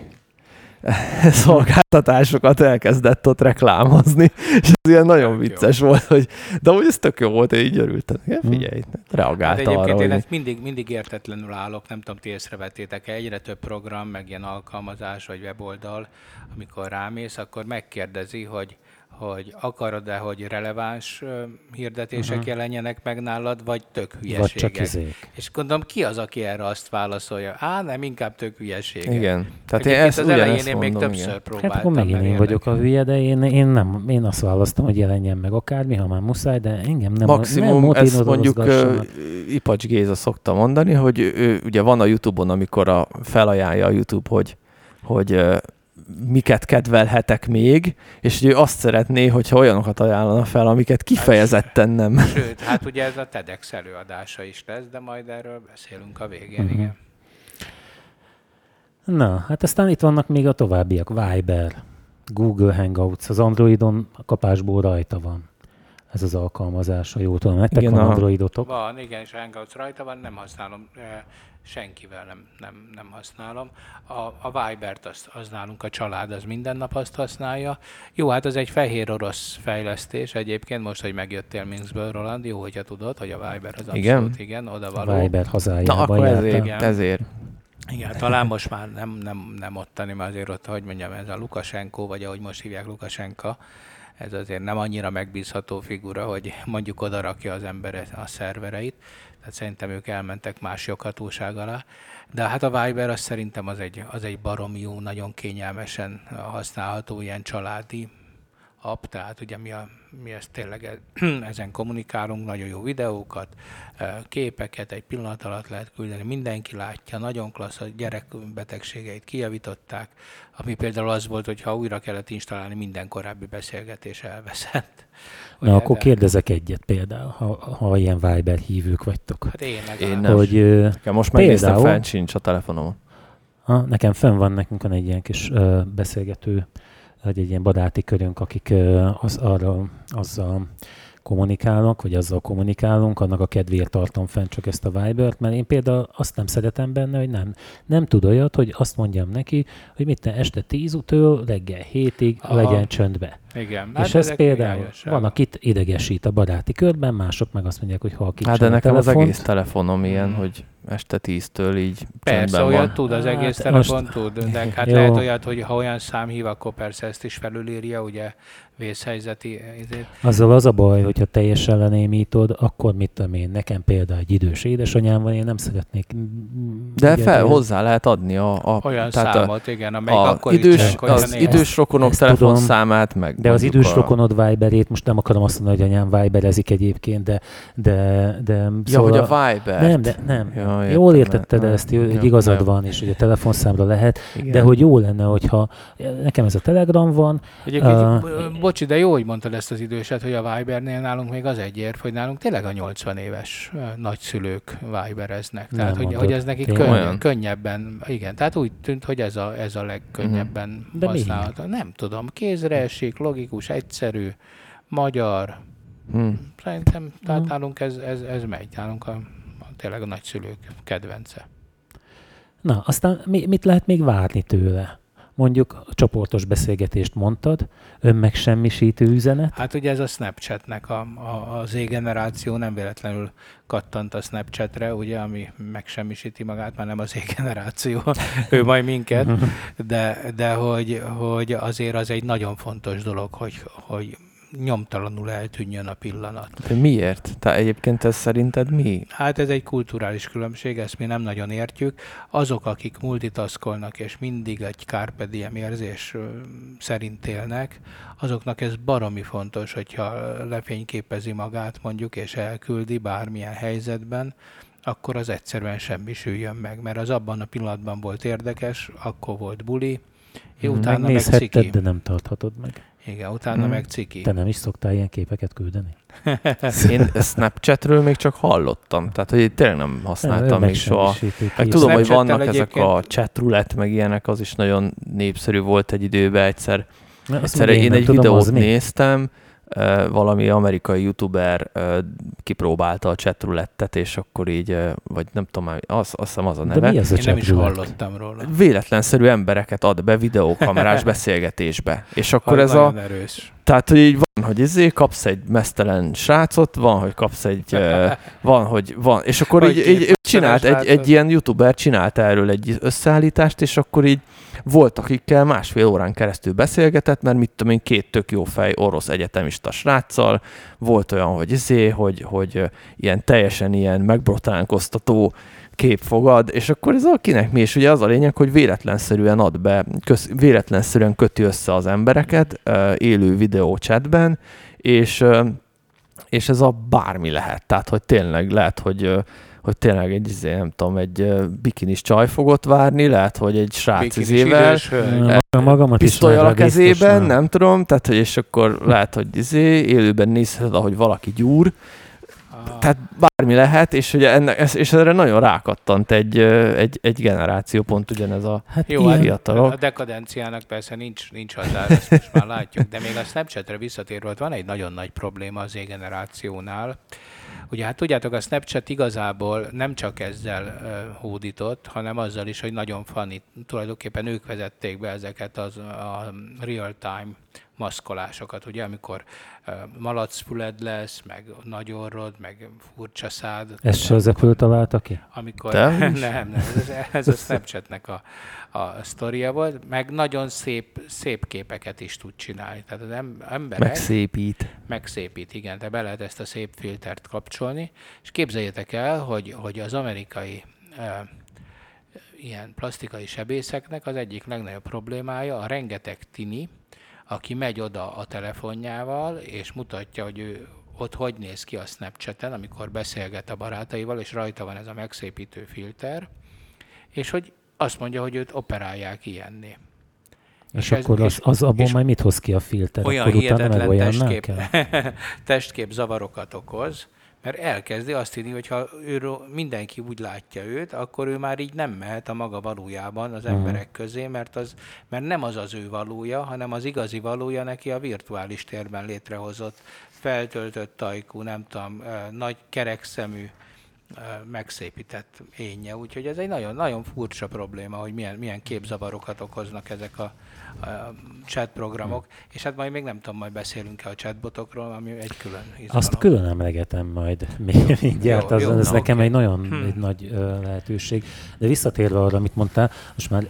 szolgáltatásokat elkezdett ott reklámozni, és ez ilyen nagyon vicces volt, de úgy ez tök jó volt, én így örültem. Figyelj, reagálta arra. Egyébként én ezt mindig értetlenül állok, nem tudom, ti észrevettétek-e, egyre több program, meg ilyen alkalmazás, vagy weboldal, amikor rámész, akkor megkérdezi, hogy akarod-e, hogy releváns hirdetések jelenjenek meg nálad, vagy tök hülyeségek. Vagy csak izék. És gondolom, ki az, aki erre azt válaszolja? Nem, inkább tök hülyeségek. Igen. Tehát én ezt az elején én mondom, még többször próbáltam. Hát akkor megint én vagyok a hülye, de én azt választom, hogy jelenjen meg akármi, ha már muszáj, de engem nem maximum ezt mondjuk Ipacs Géza szokta mondani, hogy ugye van a YouTube-on, amikor felajánlja a YouTube, hogy miket kedvelhetek még, és ő azt szeretné, hogyha olyanokat ajánlana fel, amiket kifejezetten nem. Sőt, hát ugye ez a TEDx előadása is lesz, de majd erről beszélünk a végén, igen. Na, hát aztán itt vannak még a továbbiak. Viber, Google Hangouts, az Androidon a kapásból rajta van. ez az alkalmazás, ha jól tudom. Nektek van Androidotok? Van, igen, és a Hangouts rajta van, nem használom, senkivel nem használom. A Vibert az nálunk a család, az minden nap azt használja. Jó, hát az egy fehér orosz fejlesztés egyébként, most, hogy megjöttél Minskből, Roland, jó, hogyha tudod, hogy a Viber az abszolút, igen, oda való. A Viber hazájában. Na, akkor ezért. Igen, talán most már nem ottani, mert azért ott, hogy mondjam, ez a Lukasenko, vagy ahogy most hívják Lukasenka, ez azért nem annyira megbízható figura, hogy mondjuk oda rakja az ember a szervereit. Tehát szerintem ők elmentek más joghatóság alá. De hát a Viber az szerintem az egy baromi jó, nagyon kényelmesen használható ilyen családi app, tehát ugye mi ezt tényleg ezen kommunikálunk, nagyon jó videókat, képeket egy pillanat alatt lehet küldeni, mindenki látja, nagyon klassz, a gyerekbetegségeit kijavították, ami például az volt, hogy ha újra kellett installálni, minden korábbi beszélgetés elveszett. Na, akkor kérdezek egyet például, ha ilyen Viber hívők vagytok. Hát én nem. Hogy, most megnéztem, fenn sincs a telefonomon. Nekem fenn van, nekünk van egy ilyen kis beszélgető, vagy egy ilyen baráti körünk, akik azzal kommunikálnak, vagy azzal kommunikálunk, annak a kedvéért tartom fenn csak ezt a Vibert, mert én például azt nem szeretem benne, hogy nem tud olyat, hogy azt mondjam neki, hogy este 10-től reggel 7-ig legyen csöndbe. Igen. És ez például van, akit idegesít a baráti körben, mások meg azt mondják, hogy halkítsa de nekem az egész telefonom ilyen, hogy este 10-től így persze, olyat van. Tud, az egész telefon tud, de hát lehet olyat, hogy ha olyan szám hív, akkor persze ezt is felülírja, ugye vészhelyzeti. Azzal az a baj, hogyha teljesen lenémítod, akkor mit tudom én, nekem például egy idős édesanyám van, én nem szeretnék. De hozzá lehet adni olyan számot, igen, amelyik akkor az idős rokonok telefonszámát, meg de az idős rokonod Viberét, most nem akarom azt mondani, hogy anyám Viberezik egyébként, de szóval hogy a Viber. Nem. Jól értetted ezt, hogy igazad van, és hogy a telefonszámra lehet, igen. De hogy jó lenne, hogyha nekem ez a Telegram van. Bocsi, de jó, hogy mondtad ezt az időset, hogy a Vibernél nálunk még az egy érv, hogy nálunk tényleg a 80 éves nagyszülők Vibereznek. Tehát, hogy ez nekik könnyebben, igen, tehát úgy tűnt, hogy ez a legkönnyebben használható. Nem tudom, kézre esik, logikus, egyszerű, magyar. Szerintem tehát nálunk ez megy, nálunk tényleg a nagyszülők kedvence. Na, aztán mit lehet még várni tőle? Mondjuk a csoportos beszélgetést mondtad, önmegsemmisítő üzenet. Hát ugye ez a Snapchatnek az Z-generáció nem véletlenül kattant a Snapchatre, ugye, ami megsemmisíti magát, már nem az Z-generáció, ő majd minket, de hogy azért az egy nagyon fontos dolog, hogy nyomtalanul eltűnjön a pillanat. De miért? Te egyébként ez szerinted mi? Hát ez egy kulturális különbség, ezt mi nem nagyon értjük. Azok, akik multitaskolnak és mindig egy carpe diem érzés szerint élnek, azoknak ez baromi fontos, hogyha lefényképezi magát mondjuk és elküldi bármilyen helyzetben, akkor az egyszerűen semmisüljön meg, mert az abban a pillanatban volt érdekes, akkor volt buli, utána meg ciki. De nem tarthatod meg. Igen, utána meg ciki. Te nem is szoktál ilyen képeket küldeni? Én Snapchatről még csak hallottam, tehát hogy tényleg nem használtam még soha. Meg tudom, hogy vannak ezek a chatroulette, meg ilyenek, az is nagyon népszerű volt egy időben egyszer. Én egy videót néztem, valami amerikai youtuber kipróbálta a chatroulettet, és akkor így, vagy nem tudom, azt hiszem az a neve. De mi ez a Én nem is hallottam róla. Véletlenszerű embereket ad be videókamerás beszélgetésbe. És akkor ez erős. Tehát, hogy így van, hogy kapsz egy meztelen srácot, van, hogy kapsz egy... van. És akkor így csinált, egy ilyen youtuber csinált erről egy összeállítást, és akkor így volt, akikkel 1,5 órán keresztül beszélgetett, mert mit tudom én, 2 tök jó fej orosz egyetemista sráccal, volt olyan, hogy ilyen teljesen ilyen megbotránkoztató kép fogad, és akkor ez akinek mi, és ugye az a lényeg, hogy véletlenszerűen ad be, véletlenszerűen köti össze az embereket élő videó chatben, és ez a bármi lehet. Tehát, hogy tényleg lehet, hogy tényleg egy bikinis csaj fogott várni, lehet, hogy egy srác izével pisztollyal a kezében, nem tudom, tehát, hogy és akkor lehet, hogy élőben nézheted, ahogy valaki gyúr. Tehát bármi lehet, és ugye és erre nagyon rákattant egy generáció, pont ugyanez a fiatalok. A dekadenciának persze nincs határ, ezt most már látjuk, de még a Snapchatre visszatérve, van egy nagyon nagy probléma az Z-generációnál. Ugye hát tudjátok, a Snapchat igazából nem csak ezzel hódított, hanem azzal is, hogy nagyon funny. Tulajdonképpen ők vezették be ezeket a real-time maszkolásokat, ugye, amikor malacfüled lesz, meg nagy orrod, meg furcsa szád. Ezt se az Apple találta ki? Amikor, nem, ez a Snapchatnek a sztoria volt, meg nagyon szép képeket is tud csinálni. Tehát az emberek... Megszépít, igen. De be lehet ezt a szép filtert kapcsolni, és képzeljétek el, hogy az amerikai ilyen plastikai sebészeknek az egyik legnagyobb problémája a rengeteg tini, aki megy oda a telefonjával, és mutatja, hogy ő ott hogy néz ki a Snapchaten, amikor beszélget a barátaival, és rajta van ez a megszépítő filter, és hogy azt mondja, hogy őt operálják ilyenné. És akkor az abból majd mit hoz ki a filter? Olyan akkor hihetetlen testkép zavarokat okoz, mert elkezdi azt hinni, hogy ha mindenki úgy látja őt, akkor ő már így nem mehet a maga valójában az emberek közé, mert nem az ő valója, hanem az igazi valója neki a virtuális térben létrehozott, feltöltött ajkú, nem tudom, nagy kerekszemű, megszépített énje. Úgyhogy ez egy nagyon, nagyon furcsa probléma, hogy milyen képzavarokat okoznak ezek a chat programok, és hát majd még nem tudom, majd beszélünk-e a chatbotokról, ami egy külön izgalom. Azt külön emlegetem majd mindjárt, ez nekem egy nagyon egy nagy lehetőség. De visszatérve arra, amit mondtál, most már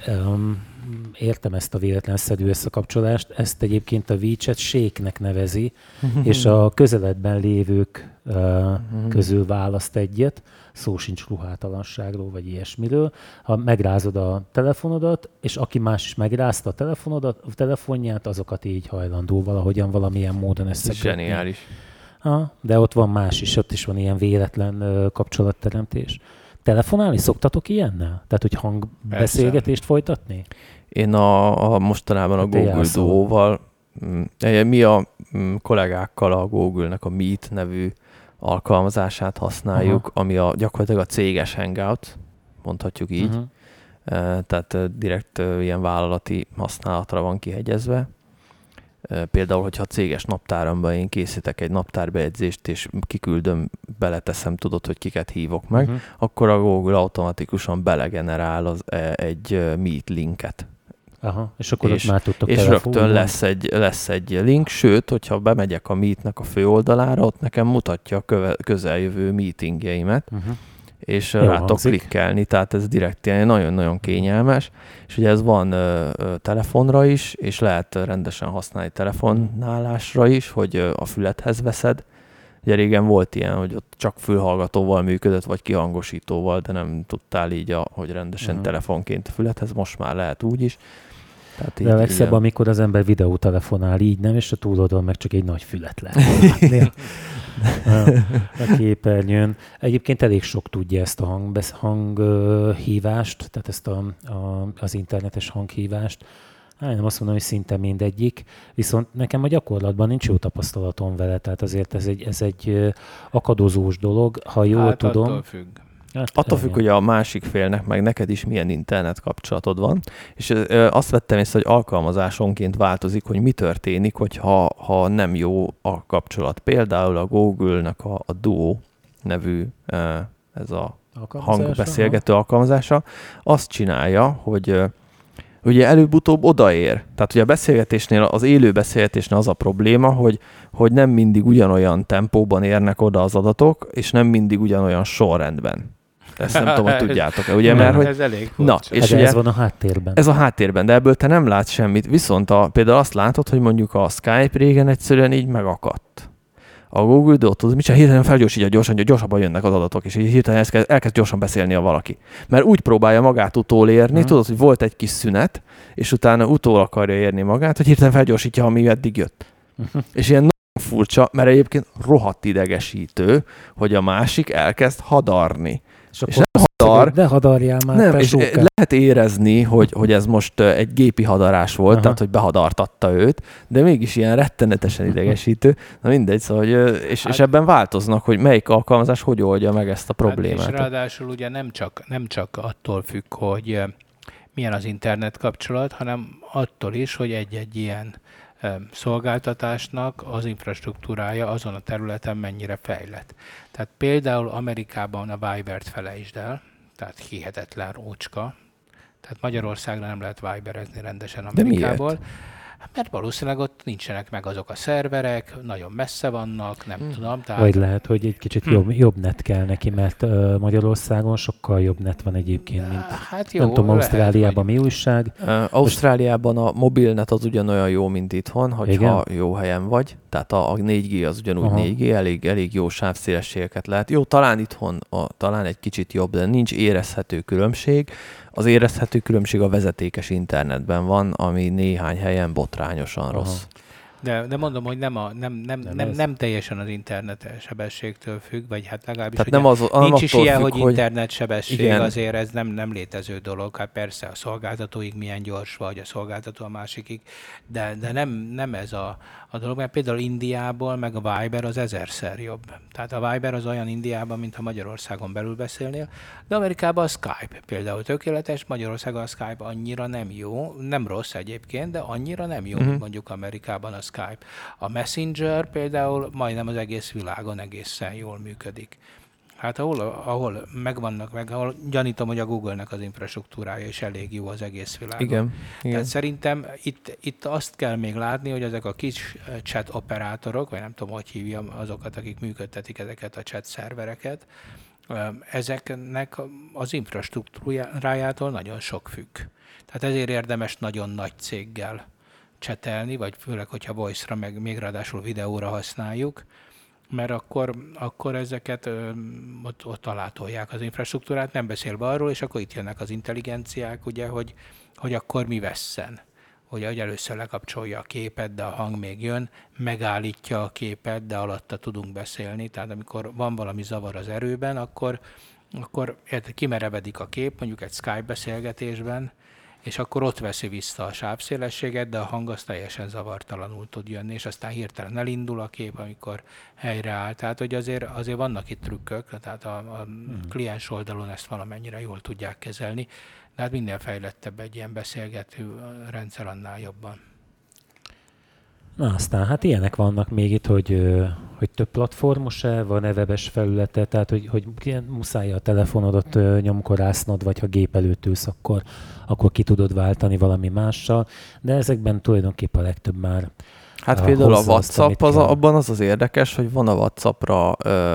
értem ezt a véletlenszerű összekapcsolást, ezt egyébként a WeChat Shake-nek nevezi, és a közeledben lévők közül választ egyet, szó sincs ruhátalanságról, vagy ilyesmiről. Ha megrázod a telefonodat, és aki más is megrázta a telefonját, azokat így hajlandó valahogyan, valamilyen módon összekötni. Zseniális. De ott van más is, ott is van ilyen véletlen kapcsolatteremtés. Telefonálni szoktatok ilyennel? Tehát, hogy hangbeszélgetést folytatni? Én mostanában a Google Duo-val, mi a kollégákkal a Google-nek a Meet nevű alkalmazását használjuk, ami gyakorlatilag a céges hangout, mondhatjuk így. Tehát direkt ilyen vállalati használatra van kihegyezve. Például, hogyha a céges naptáramban én készítek egy naptárbejegyzést, és kiküldöm, beleteszem, tudod, hogy kiket hívok meg, akkor a Google automatikusan belegenerál egy Meet linket. És akkor ott már tudtok és rögtön lesz egy link, sőt, hogyha bemegyek a Meetnek a főoldalára, ott nekem mutatja a közeljövő meetingjeimet, és rá tudok klikkelni, tehát ez direkt ilyen nagyon-nagyon kényelmes, és ugye ez van telefonra is, és lehet rendesen használni telefonálásra is, hogy a füledhez veszed. Ugye régen volt ilyen, hogy ott csak fülhallgatóval működött, vagy kihangosítóval, de nem tudtál így, hogy rendesen telefonként a füledhez, most már lehet úgy is. De a legszebb, amikor az ember videótelefonál, így nem, és a túloldalon meg csak egy nagy fület lehet látni a képernyőn. Egyébként elég sok tudja ezt a hanghívást, tehát ezt az internetes hanghívást. Nem azt mondom, hogy szinte mindegyik, viszont nekem a gyakorlatban nincs jó tapasztalatom vele, tehát azért ez egy akadozós dolog, ha jól tudom. Attól függ. Attól függ, hogy a másik félnek, meg neked is milyen internet kapcsolatod van, és azt vettem észre, hogy alkalmazásonként változik, hogy mi történik, hogyha nem jó a kapcsolat. Például a Google-nek a Duo nevű ez a hangbeszélgető alkalmazása azt csinálja, hogy ugye előbb-utóbb odaér. Tehát ugye a beszélgetésnél, az élő beszélgetésnél az a probléma, hogy nem mindig ugyanolyan tempóban érnek oda az adatok, és nem mindig ugyanolyan sorrendben. Ezt nem tudom, hogy tudjátok. Ugye, mert, hogy... Ez elég furcsa. És ugye, ez van a háttérben. Ez a háttérben, de ebből te nem látsz semmit. Viszont például azt látod, hogy mondjuk a Skype régen egyszerűen így megakadt. A Google Duo, mit sem hirtelen felgyorsítja gyorsabban jönnek az adatok, és így hirtelen elkezd gyorsan beszélni a valaki. Mert úgy próbálja magát utolérni, tudod, hogy volt egy kis szünet, és utána utol akarja érni magát, hogy hirtelen felgyorsítja, ami eddig jött. És ilyen nagyon furcsa, mert egyébként rohadt idegesítő, hogy a másik elkezd hadarni. És nem hadar. De hadarjál már, nem, és lehet érezni, hogy ez most egy gépi hadarás volt, tehát hogy behadartatta őt, de mégis ilyen rettenetesen idegesítő. Na mindegy, szóval, és ebben változnak, hogy melyik alkalmazás hogy oldja meg ezt a problémát. Hát és ráadásul ugye nem csak attól függ, hogy milyen az internet kapcsolat, hanem attól is, hogy egy ilyen szolgáltatásnak az infrastruktúrája azon a területen mennyire fejlett. Tehát például Amerikában a Vibert felejtsd el, tehát hihetetlen rócska. Tehát Magyarországra nem lehet Viberezni rendesen Amerikából. De miért? Mert valószínűleg ott nincsenek meg azok a szerverek, nagyon messze vannak, nem tudom. Tehát... Vagy lehet, hogy egy kicsit jobb net kell neki, mert Magyarországon sokkal jobb net van egyébként, mint hát jó, nem tudom, Ausztráliában mi újság. Ausztráliában a mobilnet az ugyanolyan jó, mint itthon, hogyha jó helyen vagy. Tehát a 4G az ugyanúgy 4G, elég jó sávszélességeket lehet. Jó, talán itthon talán egy kicsit jobb, de nincs érezhető különbség. Az érezhető különbség a vezetékes internetben van, ami néhány helyen botrányosan rossz. De mondom, hogy nem teljesen az internet sebességtől függ, vagy hát legalábbis nincs is ilyen, hogy internet sebesség, igen. Azért ez nem létező dolog. Hát persze a szolgáltatóig milyen gyors vagy, a szolgáltató a másikig, de nem ez a dolog, mert például Indiából meg a Viber az 1000-szer jobb. Tehát a Viber az olyan Indiában, mintha Magyarországon belül beszélnél, de Amerikában a Skype például tökéletes, Magyarországon a Skype annyira nem jó, nem rossz egyébként, de annyira nem jó, mint mondjuk Amerikában a Skype. A Messenger például majdnem az egész világon egészen jól működik. Hát ahol megvannak, ahol gyanítom, hogy a Google-nek az infrastruktúrája is elég jó az egész világon. Igen. Tehát szerintem itt azt kell még látni, hogy ezek a kis chat operátorok, vagy nem tudom, hogy hívjam azokat, akik működtetik ezeket a chat szervereket, ezeknek az infrastruktúrájától nagyon sok függ. Tehát ezért érdemes nagyon nagy céggel csetelni, vagy főleg, hogyha voice-ra, meg még ráadásul videóra használjuk, mert akkor ezeket ott alátolják az infrastruktúrát, nem beszélve arról, és akkor itt jönnek az intelligenciák, ugye, hogy akkor mi vesszen. Hogy először lekapcsolja a képet, de a hang még jön, megállítja a képet, de alatta tudunk beszélni. Tehát amikor van valami zavar az erőben, akkor kimerevedik a kép, mondjuk egy Skype beszélgetésben, és akkor ott veszi vissza a sávszélességet, de a hang az teljesen zavartalanul tud jönni, és aztán hirtelen elindul a kép, amikor helyreáll. Tehát, hogy azért vannak itt trükkök, tehát a kliens oldalon ezt valamennyire jól tudják kezelni, de hát minél fejlettebb egy ilyen beszélgető rendszer, annál jobban. Na aztán, hát ilyenek vannak még itt, hogy több platformos-e, van-e webes felülete, tehát hogy muszáj a telefonodat nyomkorásznod, vagy ha gép előtt ülsz, akkor ki tudod váltani valami mással, de ezekben tulajdonképpen a legtöbb már hát például a WhatsApp, abban az érdekes, hogy van a WhatsAppra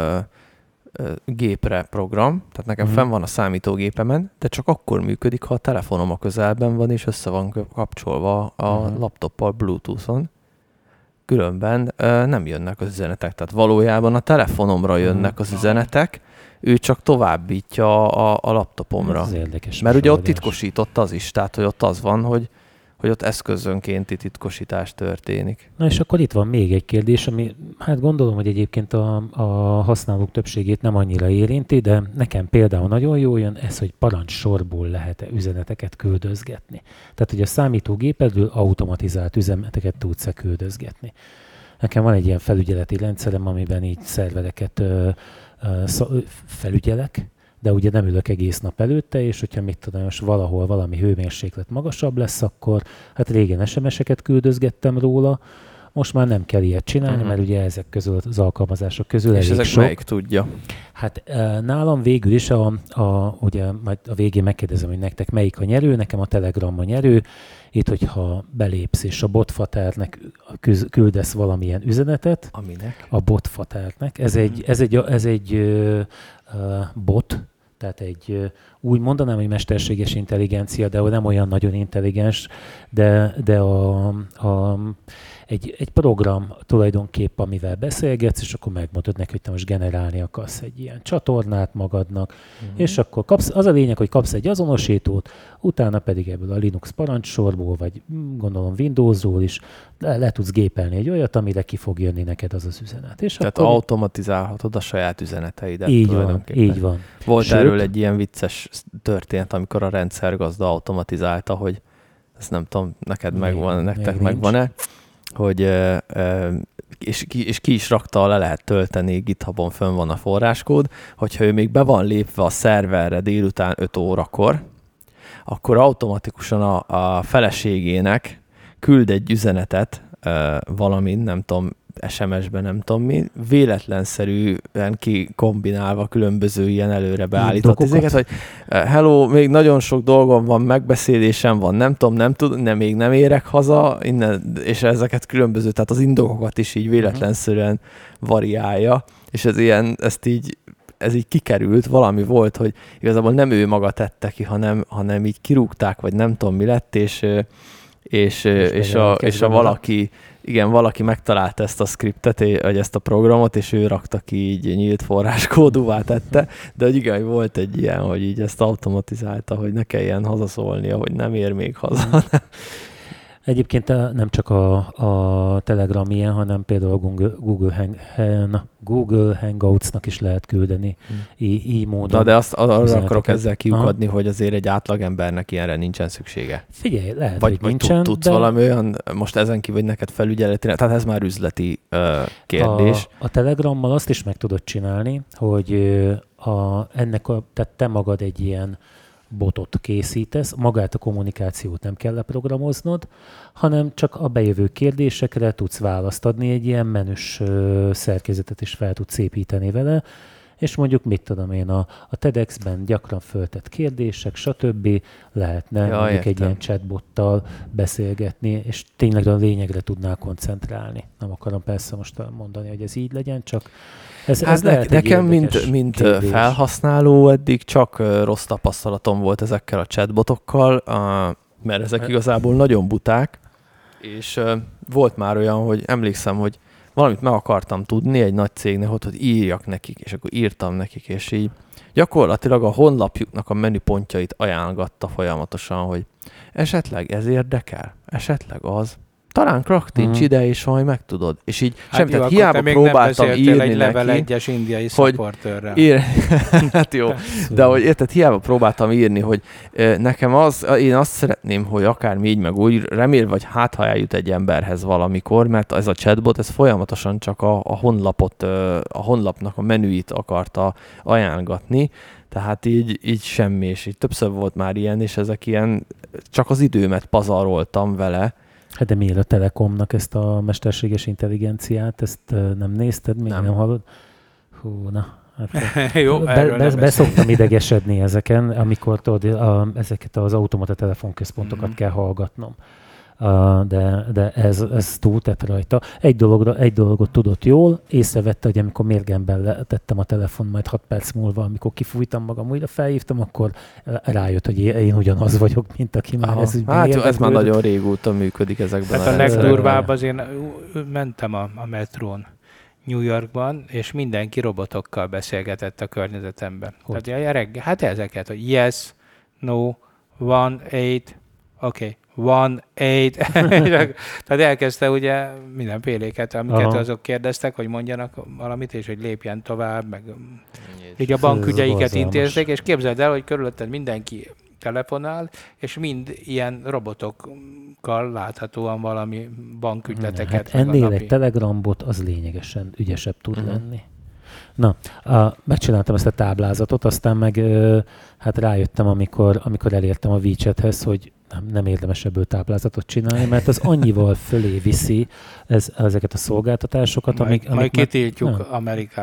gépre program, tehát nekem fenn van a számítógépemen, de csak akkor működik, ha a telefonom a közelben van, és össze van kapcsolva a laptoppal Bluetooth-on. Különben nem jönnek az üzenetek. Tehát valójában a telefonomra jönnek az üzenetek, ő csak továbbítja a laptopomra. Ez érdekes. Mert ugye ott titkosított az is, tehát hogy ott az van, hogy ott eszközönkénti titkosítás történik. Na és akkor itt van még egy kérdés, ami hát gondolom, hogy egyébként a használók többségét nem annyira érinti, de nekem például nagyon jól jön ez, hogy parancssorból lehet-e üzeneteket küldözgetni. Tehát, hogy a számítógépedről automatizált üzeneteket tudsz-e küldözgetni. Nekem van egy ilyen felügyeleti rendszerem, amiben így szervereket felügyelek, de ugye nem ülök egész nap előtte, és hogyha mit tudom, most valahol valami hőmérséklet magasabb lesz, akkor hát régen SMS-eket küldözgettem róla, most már nem kell ilyet csinálni, mert ugye ezek közül az alkalmazások közül és elég ezek sok. melyik tudja? Hát nálam végül is ugye majd a végén megkérdezem, hogy nektek melyik a nyerő, nekem a Telegram a nyerő. Itt, hogyha belépsz és a botfaternek küldesz valamilyen üzenetet. Aminek? A botfaternek. Ez egy bot, tehát úgy mondanám, hogy mesterséges intelligencia, de nem olyan nagyon intelligens, de egy program tulajdonképp, amivel beszélgetsz, és akkor megmondod neki, hogy te most generálni akarsz egy ilyen csatornát magadnak, és akkor az a lényeg, hogy kapsz egy azonosítót, utána pedig ebből a Linux parancssorból, vagy gondolom Windowsról is le tudsz gépelni egy olyat, amire ki fog jönni neked az üzenet. És tehát akkor automatizálhatod a saját üzeneteidet. Így van. Volt erről egy ilyen vicces történet, amikor a rendszergazda automatizálta, hogy ezt nem tudom, neked megvan, nektek megvan-e, hogy és ki is rakta, le lehet tölteni, GitHubon fönn van a forráskód, hogyha ő még be van lépve a szerverre délután 5 órakor, akkor automatikusan a feleségének küld egy üzenetet valamin, nem tudom, SMS-ben, nem tudom mi, véletlenszerűen kikombinálva különböző ilyen előre beállított izéket, hogy hello, még nagyon sok dolgom van, megbeszélésem van, nem tudom, még nem érek haza, innen, és ezeket különböző, tehát az indokokat is így véletlenszerűen variálja, és ez így kikerült, valami volt, hogy igazából nem ő maga tette ki, hanem így kirúgták, vagy nem tudom mi lett, és valaki megtalálta ezt a scriptet, vagy ezt a programot, és ő rakta ki, így nyílt forráskódúvá tette, de hogy igen, volt egy ilyen, hogy így ezt automatizálta, hogy ne kelljen hazaszólnia, hogy nem ér még haza. Egyébként nem csak a Telegram ilyen, hanem például a Google Hangouts-nak is lehet küldeni így módon. Na de arra akarok ezzel kiukadni, hogy azért egy átlagembernek ilyenre nincsen szüksége. Figyelj, lehet, hogy nincsen. Tudsz valami olyan, most ezen kívül, hogy neked felügyeleti, tehát ez már üzleti kérdés. A Telegrammal azt is meg tudod csinálni, hogy tehát te magad egy ilyen botot készítesz, magát a kommunikációt nem kell leprogramoznod, hanem csak a bejövő kérdésekre tudsz választ adni, egy ilyen menüs szerkezetet is fel tudsz építeni vele, és mondjuk, mit tudom én, a TEDx-ben gyakran föltett kérdések, stb. Lehetne mondjuk egy ilyen chatbottal beszélgetni, és tényleg a lényegre tudnál koncentrálni. Nem akarom persze most mondani, hogy ez így legyen, csak ez lehet nekem, mint felhasználó eddig csak rossz tapasztalatom volt ezekkel a chatbotokkal, mert ezek igazából nagyon buták, és volt már olyan, hogy emlékszem, hogy valamit meg akartam tudni egy nagy cégnél, hogy írjak nekik, és akkor írtam nekik, és így gyakorlatilag a honlapjuknak a menüpontjait ajánlgatta folyamatosan, hogy esetleg ez érdekel, esetleg az. Talán kraktincs ide, és majd megtudod. És így tehát hiába próbáltam írni egy level neki, 1-es indiai supportőrrel. Hát jó, de hogy érted, hiába próbáltam írni, hogy nekem én azt szeretném, hogy akármi így meg úgy, remélve, vagy ha eljut egy emberhez valamikor, mert ez a chatbot, ez folyamatosan csak a honlapnak a menüit akarta ajánlgatni, tehát így semmi, és így többször volt már ilyen, és ezek ilyen, csak az időmet pazaroltam vele. Hát de miért a Telekomnak ezt a mesterséges intelligenciát, ezt nem nézted? Még nem hallod? Hú, na. Hát, jó, beszoktam idegesedni ezeken, amikor tudod, ezeket az automata telefonközpontokat kell hallgatnom. De ez túltett rajta. Egy dologot tudott jól, észrevette, hogy amikor mérgemben tettem a telefon, majd 6 perc múlva, amikor kifújtam magam, újra felhívtam, akkor rájött, hogy én ugyanaz vagyok, mint aki már ez már nagyon régóta működik ezekben. Hát a legdurvább az én mentem a metrón New Yorkban, és mindenki robotokkal beszélgetett a környezetemben. Hát ezeket, hogy yes, no, 1-8, oké. 1-8. Tehát elkezdte ugye mindenféléket, amiket azok kérdeztek, hogy mondjanak valamit, és hogy lépjen tovább, meg így a bankügyeiket intézték, és képzeld el, hogy körülötted mindenki telefonál, és mind ilyen robotokkal láthatóan valami bankügyleteket. Hát ennél egy Telegrambot az lényegesen ügyesebb tud lenni. Na, megcsináltam ezt a táblázatot, aztán meg hát rájöttem, amikor elértem a WeChathez, hogy nem érdemes ebből táblázatot csinálni, mert az annyival fölé viszi ezeket a szolgáltatásokat, majd kitiltjuk Amerikából.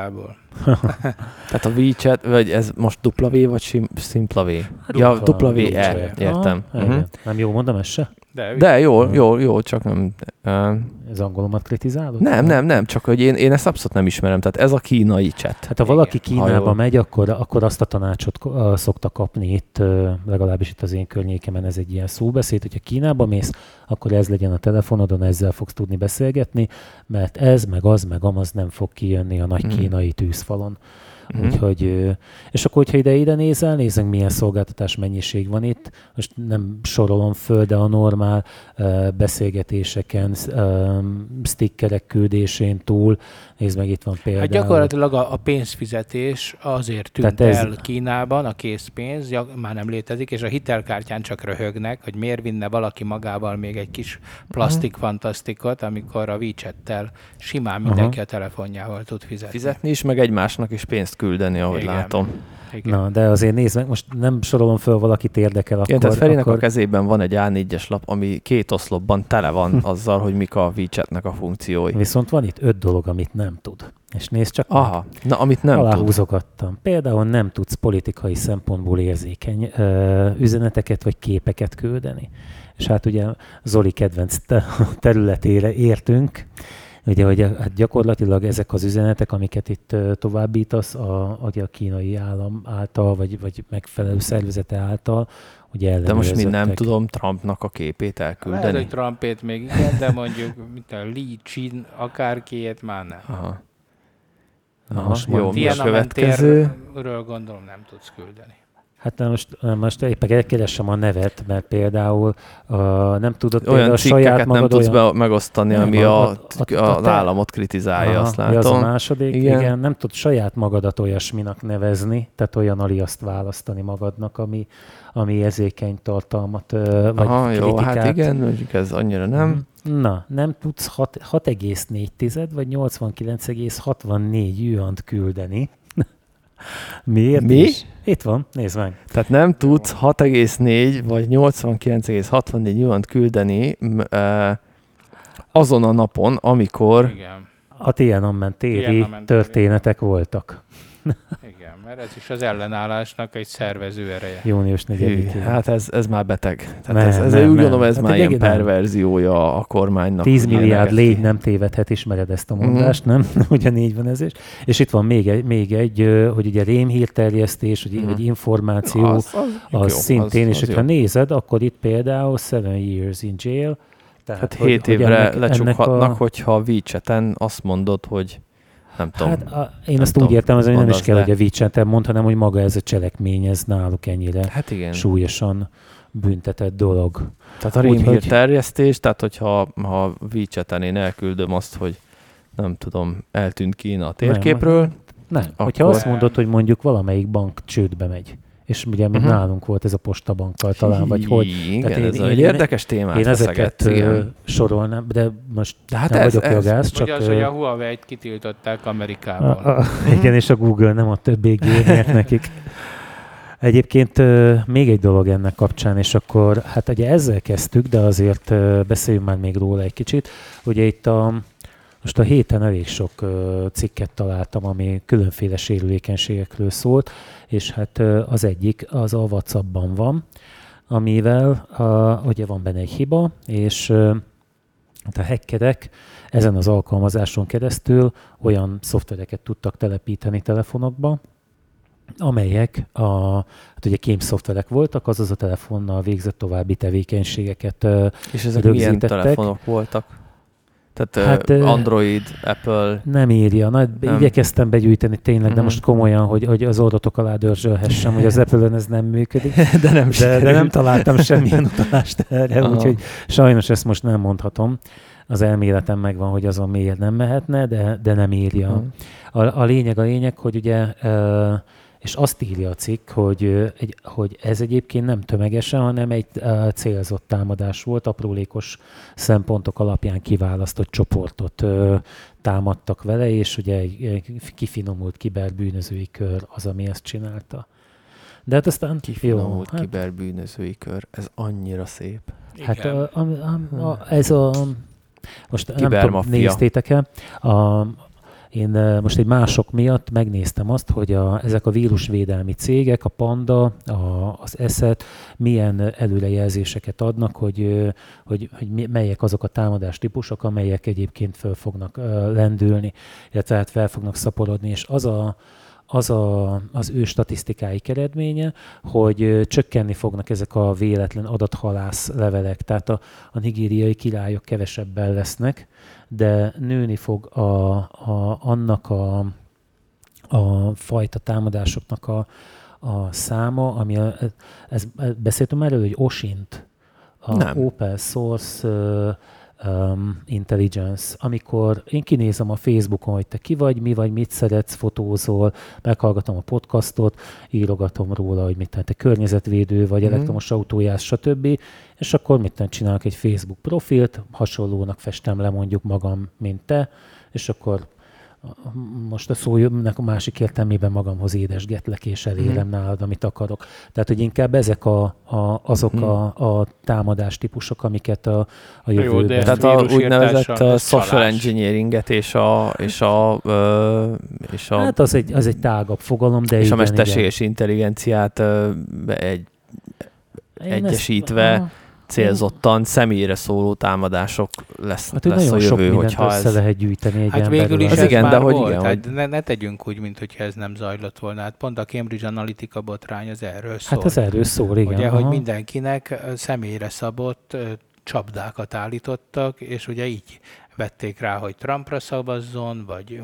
Tehát a WeChat, vagy ez most W vagy szimpla V? Ja, W-E, értem. Nem jó mondom ezt se? De jó, csak nem... Ez angolomat kritizálod? Nem, csak hogy én ezt abszolút nem ismerem, tehát ez a kínai chat. Hát ha valaki Kínába megy, akkor azt a tanácsot szokta kapni itt, legalábbis itt az én környékemen ez egy ilyen szóbeszéd, hogyha Kínába mész, akkor ez legyen a telefonodon, ezzel fogsz tudni beszélgetni, mert ez, meg az, meg amaz nem fog kijönni a nagy kínai tűzfalon. Úgyhogy, és akkor, hogyha ide nézel, nézzünk, milyen szolgáltatás mennyiség van itt. Most nem sorolom föl, de a normál beszélgetéseken, stickerek küldésén túl, nézd meg, itt van például. Hát gyakorlatilag a pénzfizetés azért tűnt el Kínában, a készpénz már nem létezik, és a hitelkártyán csak röhögnek, hogy miért vinne valaki magával még egy kis plastik fantasztikot, amikor a WeChat-tel simán mindenki a telefonjával tud fizetni is, meg egymásnak is pénzt küldeni, ahogy látom. Igen. Na, de azért nézd meg, most nem sorolom föl, valakit érdekel, akkor... Igen, tehát Ferinek a kezében van egy A4-es lap, ami 2 oszlopban tele van azzal, hogy mik a WeChat-nek a funkciói. Viszont van itt 5 dolog, amit nem tud. És nézd csak meg. Na, amit nem tud. Aláhúzogattam. Például nem tudsz politikai szempontból érzékeny üzeneteket vagy képeket küldeni. És hát ugye Zoli kedvenc területére értünk, ugye, hogy hát gyakorlatilag ezek az üzenetek, amiket itt továbbítasz a kínai állam által, vagy megfelelő szervezete által, ugye ellenőrzöttek. De most nem tudom Trumpnak a képét elküldeni. Lehet, hogy Trumpét még igen, de mondjuk mint a Li Chin akárkiét már nem. Most következőről gondolom nem tudsz küldeni. Hát most éppen keresem a nevet, mert például nem tudod olyan a saját magad nem tudsz megosztani, ami az államot kritizálja, azt látom. Az a második, igen, nem tudod saját magadat olyasminak nevezni, tehát olyan aliaszt választani magadnak, ami érzékeny tartalmat vagy kritikát. Hát igen, mondjuk ez annyira nem. Na, nem tudsz 6,4 vagy 89,64 yuant küldeni. Miért Mi? is? Itt van, nézd meg. Tehát nem tudsz 6,4 vagy 89,64 yuant küldeni azon a napon, amikor a Tiananmen téri történetek voltak. Igen, mert ez is az ellenállásnak egy szervező ereje. Június 4-én. Hát ez már beteg. Tehát ez úgy gondolom, ez már ilyen perverziója a kormánynak. 10 milliárd légy nem tévedhet, ismered ezt a mondást, nem? Ugyanígy van ez is. És itt van még egy, hogy ugye rémhírterjesztés, vagy információ, az szintén, és hogyha nézed, akkor itt például 7 years in jail. Tehát, hát 7 évre lecsukhatnak, hogyha a WeChat-en azt mondod, hogy nem tudom. Hát én azt úgy értem, hogy nem is kell, hogy a WeChat-en mond, hanem hogy maga ez a cselekmény, ez náluk ennyire súlyosan büntetett dolog. Tehát a rémhírterjesztés, tehát hogyha WeChat-en én elküldöm azt, hogy nem tudom, eltűnt Kína a térképről. Nem. Hogyha azt mondod, hogy mondjuk valamelyik bank csődbe megy, és ugye nálunk volt ez a postabankkal talán, vagy hogy. Igen, ez egy érdekes témát én ezeket sorolnám, de most nem vagyok jogász. Csak az, hogy a Huawei-t kitiltották Amerikában. Igen, és a Google nem ad többé gérmért nekik. Egyébként még egy dolog ennek kapcsán, és akkor hát ugye ezzel kezdtük, de azért beszéljünk már még róla egy kicsit. Ugye itt most a héten elég sok cikket találtam, ami különféle sérülékenységekről szólt, és hát az egyik az a WhatsAppban van, amivel ugye van benne egy hiba, és a hackerek ezen az alkalmazáson keresztül olyan szoftvereket tudtak telepíteni telefonokba, amelyek hát ugye kémszoftverek voltak, azaz a telefonnal végzett további tevékenységeket és ezek milyen telefonok voltak? Tehát hát, Android, Apple... Nem írja. Igyekeztem begyűjteni tényleg, de most komolyan, hogy az orrotok alá dörzsölhessem, hogy az Apple-ön ez nem működik. de nem találtam semmilyen utalást erre, úgyhogy sajnos ezt most nem mondhatom. Az elméletem megvan, hogy azon miért nem mehetne, de nem írja. A lényeg, hogy ugye... És azt írja a cikk, hogy ez egyébként nem tömegesen, hanem egy célzott támadás volt, aprólékos szempontok alapján kiválasztott csoportot támadtak vele, és ugye egy kifinomult kiberbűnözői kör az, ami ezt csinálta. De hát aztán... Kifinomult kiberbűnözői kör, ez annyira szép. Hát ez a... Most nem tudom, néztétek-e? Én most egy mások miatt megnéztem azt, hogy ezek a vírusvédelmi cégek, a Panda, az Asset milyen előrejelzéseket adnak, hogy melyek azok a támadás típusok, amelyek egyébként föl fognak lendülni, illetve hát fel fognak szaporodni, és az ő statisztikáik eredménye, hogy csökkenni fognak ezek a véletlen adathalász levelek, tehát a nigériai királyok kevesebben lesznek, de nőni fog annak a fajta támadásoknak a száma, ami beszéltünk már erről, hogy OSINT, Open Source Intelligence, amikor én kinézem a Facebookon, hogy te ki vagy, mi vagy, mit szeretsz, fotózol, meghallgatom a podcastot, írogatom róla, hogy mit te környezetvédő vagy, elektromos autójász, stb. És akkor mit csinálok egy Facebook profilt, hasonlónak festem le mondjuk magam, mint te, és akkor most a szónak a másik értelmében magamhoz édesgetlek, és elérem nálad, amit akarok. Tehát, hogy inkább ezek azok a támadás típusok, amiket a jövőben... Tehát a úgynevezett social engineeringet és a hát az egy tágabb fogalom, de és a mesterséges intelligenciát egyesítve célzottan személyre szóló támadások lesz a jövő, sok hogyha össze lehet gyűjteni egy hát végül is ez igen, de hogy igen. Hát ne tegyünk úgy, mintha ez nem zajlott volna. Hát pont a Cambridge Analytica botrány az erről szól. Hát az erről szól, igen. Ugye, hogy mindenkinek személyre szabott csapdákat állítottak, és ugye így vették rá, hogy Trumpra szavazzon, vagy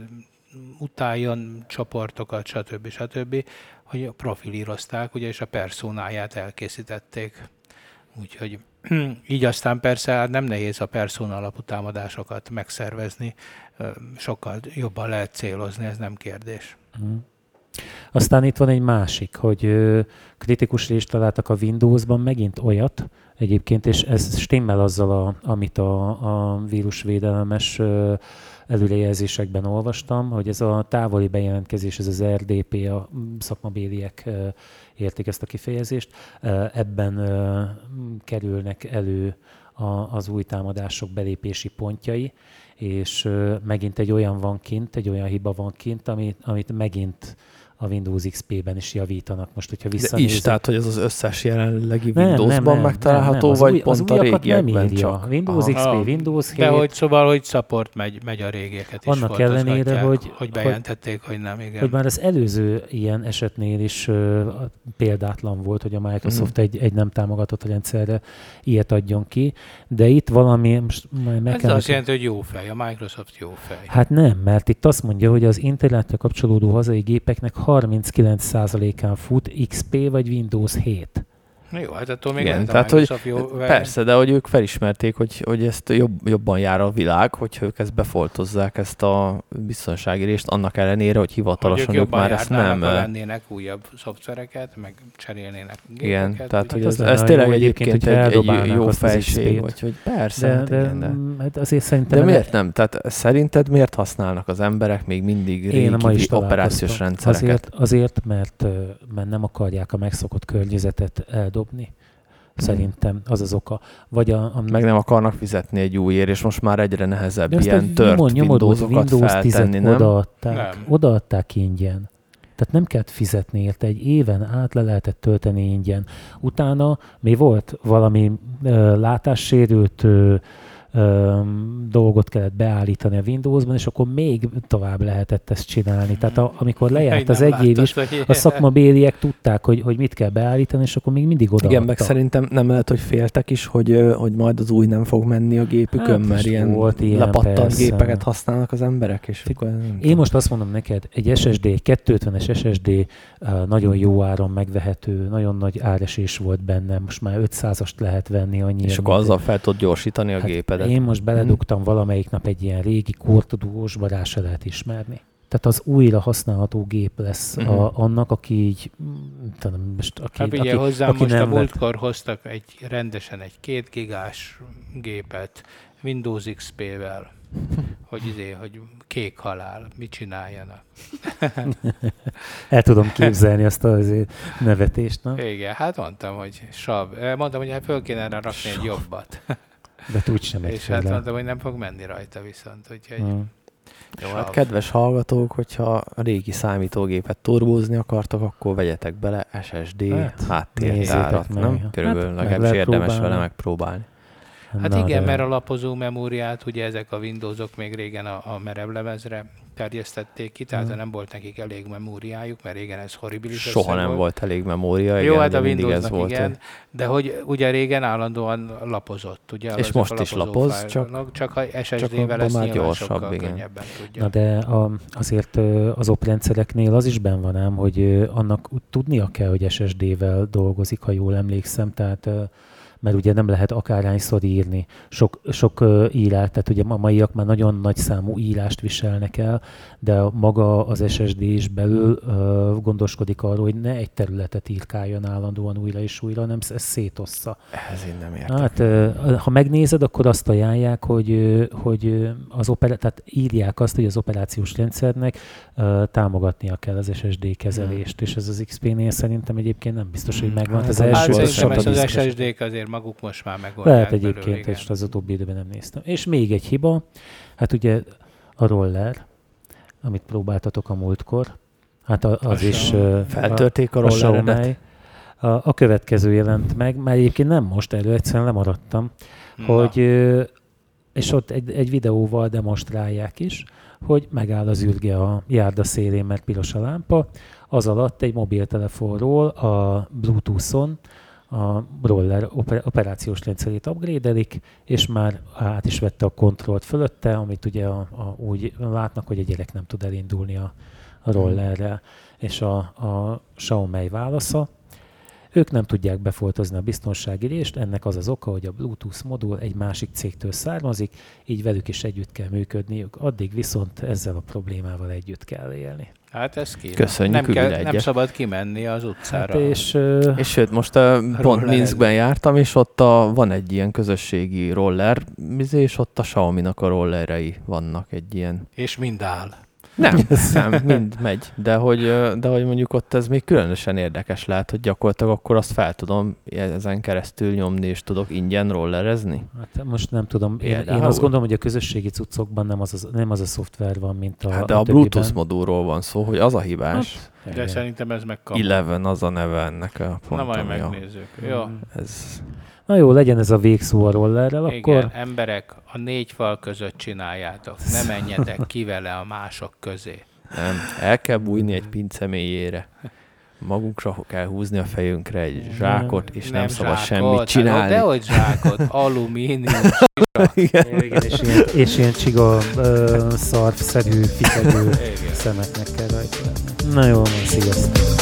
utáljon csoportokat, stb., hogy profilírozták, ugye, és a personáját elkészítették. Úgyhogy így aztán persze nem nehéz a persona alapú támadásokat megszervezni, sokkal jobban lehet célozni, ez nem kérdés. Aztán itt van egy másik, hogy kritikus részt találtak a Windowsban megint olyat, egyébként, és ez stimmel azzal, amit a vírusvédelmes előrejelzésekben olvastam, hogy ez a távoli bejelentkezés, ez az RDP, a szakmabéliek értik ezt a kifejezést, ebben kerülnek elő az új támadások belépési pontjai, és megint egy olyan hiba van kint, amit megint a Windows XP-ben is javítanak. Most, hogyha visszanézem... Tehát, hogy ez az összes jelenlegi Windowsban megtalálható, vagy pont a régiekben csak? Windows XP, Windows 7... De hogy szóval, hogy support megy a régieket is. Annak ellenére, hogy bejelentették, hogy nem, igen. Hogy már az előző ilyen esetnél is példátlan volt, hogy a Microsoft egy nem támogatott rendszerre ilyet adjon ki, de itt valami... Ez azt jelenti, hogy jó fej, a Microsoft jó fej. Hát nem, mert itt azt mondja, hogy az internettel kapcsolódó hazai gépeknek 39%-án fut XP vagy Windows 7. Jó, hát attól még igen, tehát, hogy persze, de hogy ők felismerték, hogy ezt jobban jár a világ, hogyha ők ezt befoltozzák, ezt a biztonsági részt, annak ellenére, hogy hivatalosan ők már ezt nem... vennének újabb szoftvereket, meg cserélnének gépeket. Igen, tehát hogy ez tényleg egyébként egy jó fejség, vagy hogy persze. Hát azért szerintem... De miért nem? Tehát szerinted miért használnak az emberek még mindig régi operációs rendszereket? Azért, mert nem akarják a megszokott környezetet dobni. Szerintem az az oka. Vagy meg nem akarnak fizetni egy újért, és most már egyre nehezebb ilyen tört Windows-okat feltenni, nem? Odaadták ingyen. Tehát nem kellett fizetni érte, egy éven át le lehetett tölteni ingyen. Utána még volt valami látássérült dolgot kellett beállítani a Windowsban, és akkor még tovább lehetett ezt csinálni. Tehát amikor lejárt az egy év is, a szakmabéliek tudták, hogy mit kell beállítani, és akkor még mindig odaadta. Igen, meg szerintem nem lehet, hogy féltek is, hogy majd az új nem fog menni a gépükön, mert ilyen lepattant gépeket használnak az emberek. És én most azt mondom neked, egy SSD, egy 250-es SSD nagyon jó áron megvehető, nagyon nagy áresés volt benne, most már 500-ast lehet venni annyi. És akkor azzal fel tud gyorsítani a gépedet. Én most beledugtam valamelyik nap egy ilyen régi kortudósba, rá se lehet ismerni. Tehát az újra használható gép lesz annak, aki így... Aki hozzám most a múltkor hoztak rendesen egy 2 gigás gépet Windows XP-vel, hogy kék halál, mit csináljanak. El tudom képzelni azt az nevetést, nem? Igen, hát mondtam, hogy mondtam, hogy föl kéne erre rakni egy jobbat. De úgy sem és hát mondtam, hogy nem fog menni rajta viszont. Úgyhogy Jó, hát kedves hallgatók, hogyha a régi számítógépet turbózni akartak, akkor vegyetek bele SSD háttértárat, nem? Körülbelül legalábbis érdemes vele megpróbálni. Hát igen, mert a lapozó memóriát, ugye ezek a Windowsok még régen a merevlemezre terjesztették ki, tehát nem volt nekik elég memóriájuk, mert régen ez horribilis. Soha nem volt elég memória, jó, igen, hát a Windowsnak volt, igen, de hogy ugye régen állandóan lapozott, ugye? És most is lapoz, csak ha SSD-vel ezt nyilván sokkal könnyebben tudja. Na de azért az oprendszereknél az is benn van ám, hogy annak tudnia kell, hogy SSD-vel dolgozik, ha jól emlékszem, tehát mert ugye nem lehet akárhányszor írni. Sok írás, tehát ugye a maiak már nagyon nagy számú írást viselnek el, de maga az SSD is belül gondoskodik arról, hogy ne egy területet írkáljon állandóan újra és újra, hanem ezt szétossza. Ez én nem értem. Hát, ha megnézed, akkor azt ajánlják, hogy tehát írják azt, hogy az operációs rendszernek támogatnia kell az SSD kezelést, és ez az XP-nél szerintem egyébként nem biztos, hogy megvan. Hát, az első az SSD-k azért maguk most már megoldják. Lehet egyébként, és az utóbbi időben nem néztem. És még egy hiba, hát ugye a roller, amit próbáltatok a múltkor, hát az is... Feltörték a rolleredet? A következő jelent meg, mert egyébként nem most egyszerűen lemaradtam, hogy, és ott egy videóval demonstrálják is, hogy megáll az ürge a járda szélén, mert piros a lámpa, az alatt egy mobiltelefonról a Bluetooth-on a roller operációs rendszerét upgrade-elik, és már át is vette a kontrollt fölötte, amit ugye úgy látnak, hogy a gyerek nem tud elindulni a rollerrel. És a Xiaomi válasza, ők nem tudják befoltozni a biztonsági részt, ennek az az oka, hogy a Bluetooth modul egy másik cégtől származik, így velük is együtt kell működniük, addig viszont ezzel a problémával együtt kell élni. Hát ez ki. Köszönjük, nem szabad kimenni az utcára. Hát és sőt, most pont Minskben jártam, és ott van egy ilyen közösségi roller, és ott a Xiaomi-nak a rollerei vannak egy ilyen. És mind áll. Nem, mind megy, de hogy mondjuk ott ez még különösen érdekes lehet, hogy gyakorlatilag akkor azt fel tudom ezen keresztül nyomni, és tudok ingyen rollerezni. Hát most nem tudom, én azt gondolom, hogy a közösségi cuccokban nem az a szoftver van, mint a de a Bluetooth modulról van szó, hogy az a hibás. Hát, de szerintem ez meg kamu. Eleven az a neve ennek a ponton. Na majd megnézzük. Jó. Na jó, legyen ez a végszó a rollerrel, igen, akkor... emberek, a 4 fal között csináljátok. Ne menjetek ki vele a mások közé. Nem, el kell bújni egy pince mélyére. Magunkra kell húzni a fejünkre egy zsákot, és nem szabad semmit csinálni. Dehogy zsákot, alumínium, igen, és ilyen csiga szarvszerű, fitegő szemeknek kell rajta lenni. Na jó, sziasztok!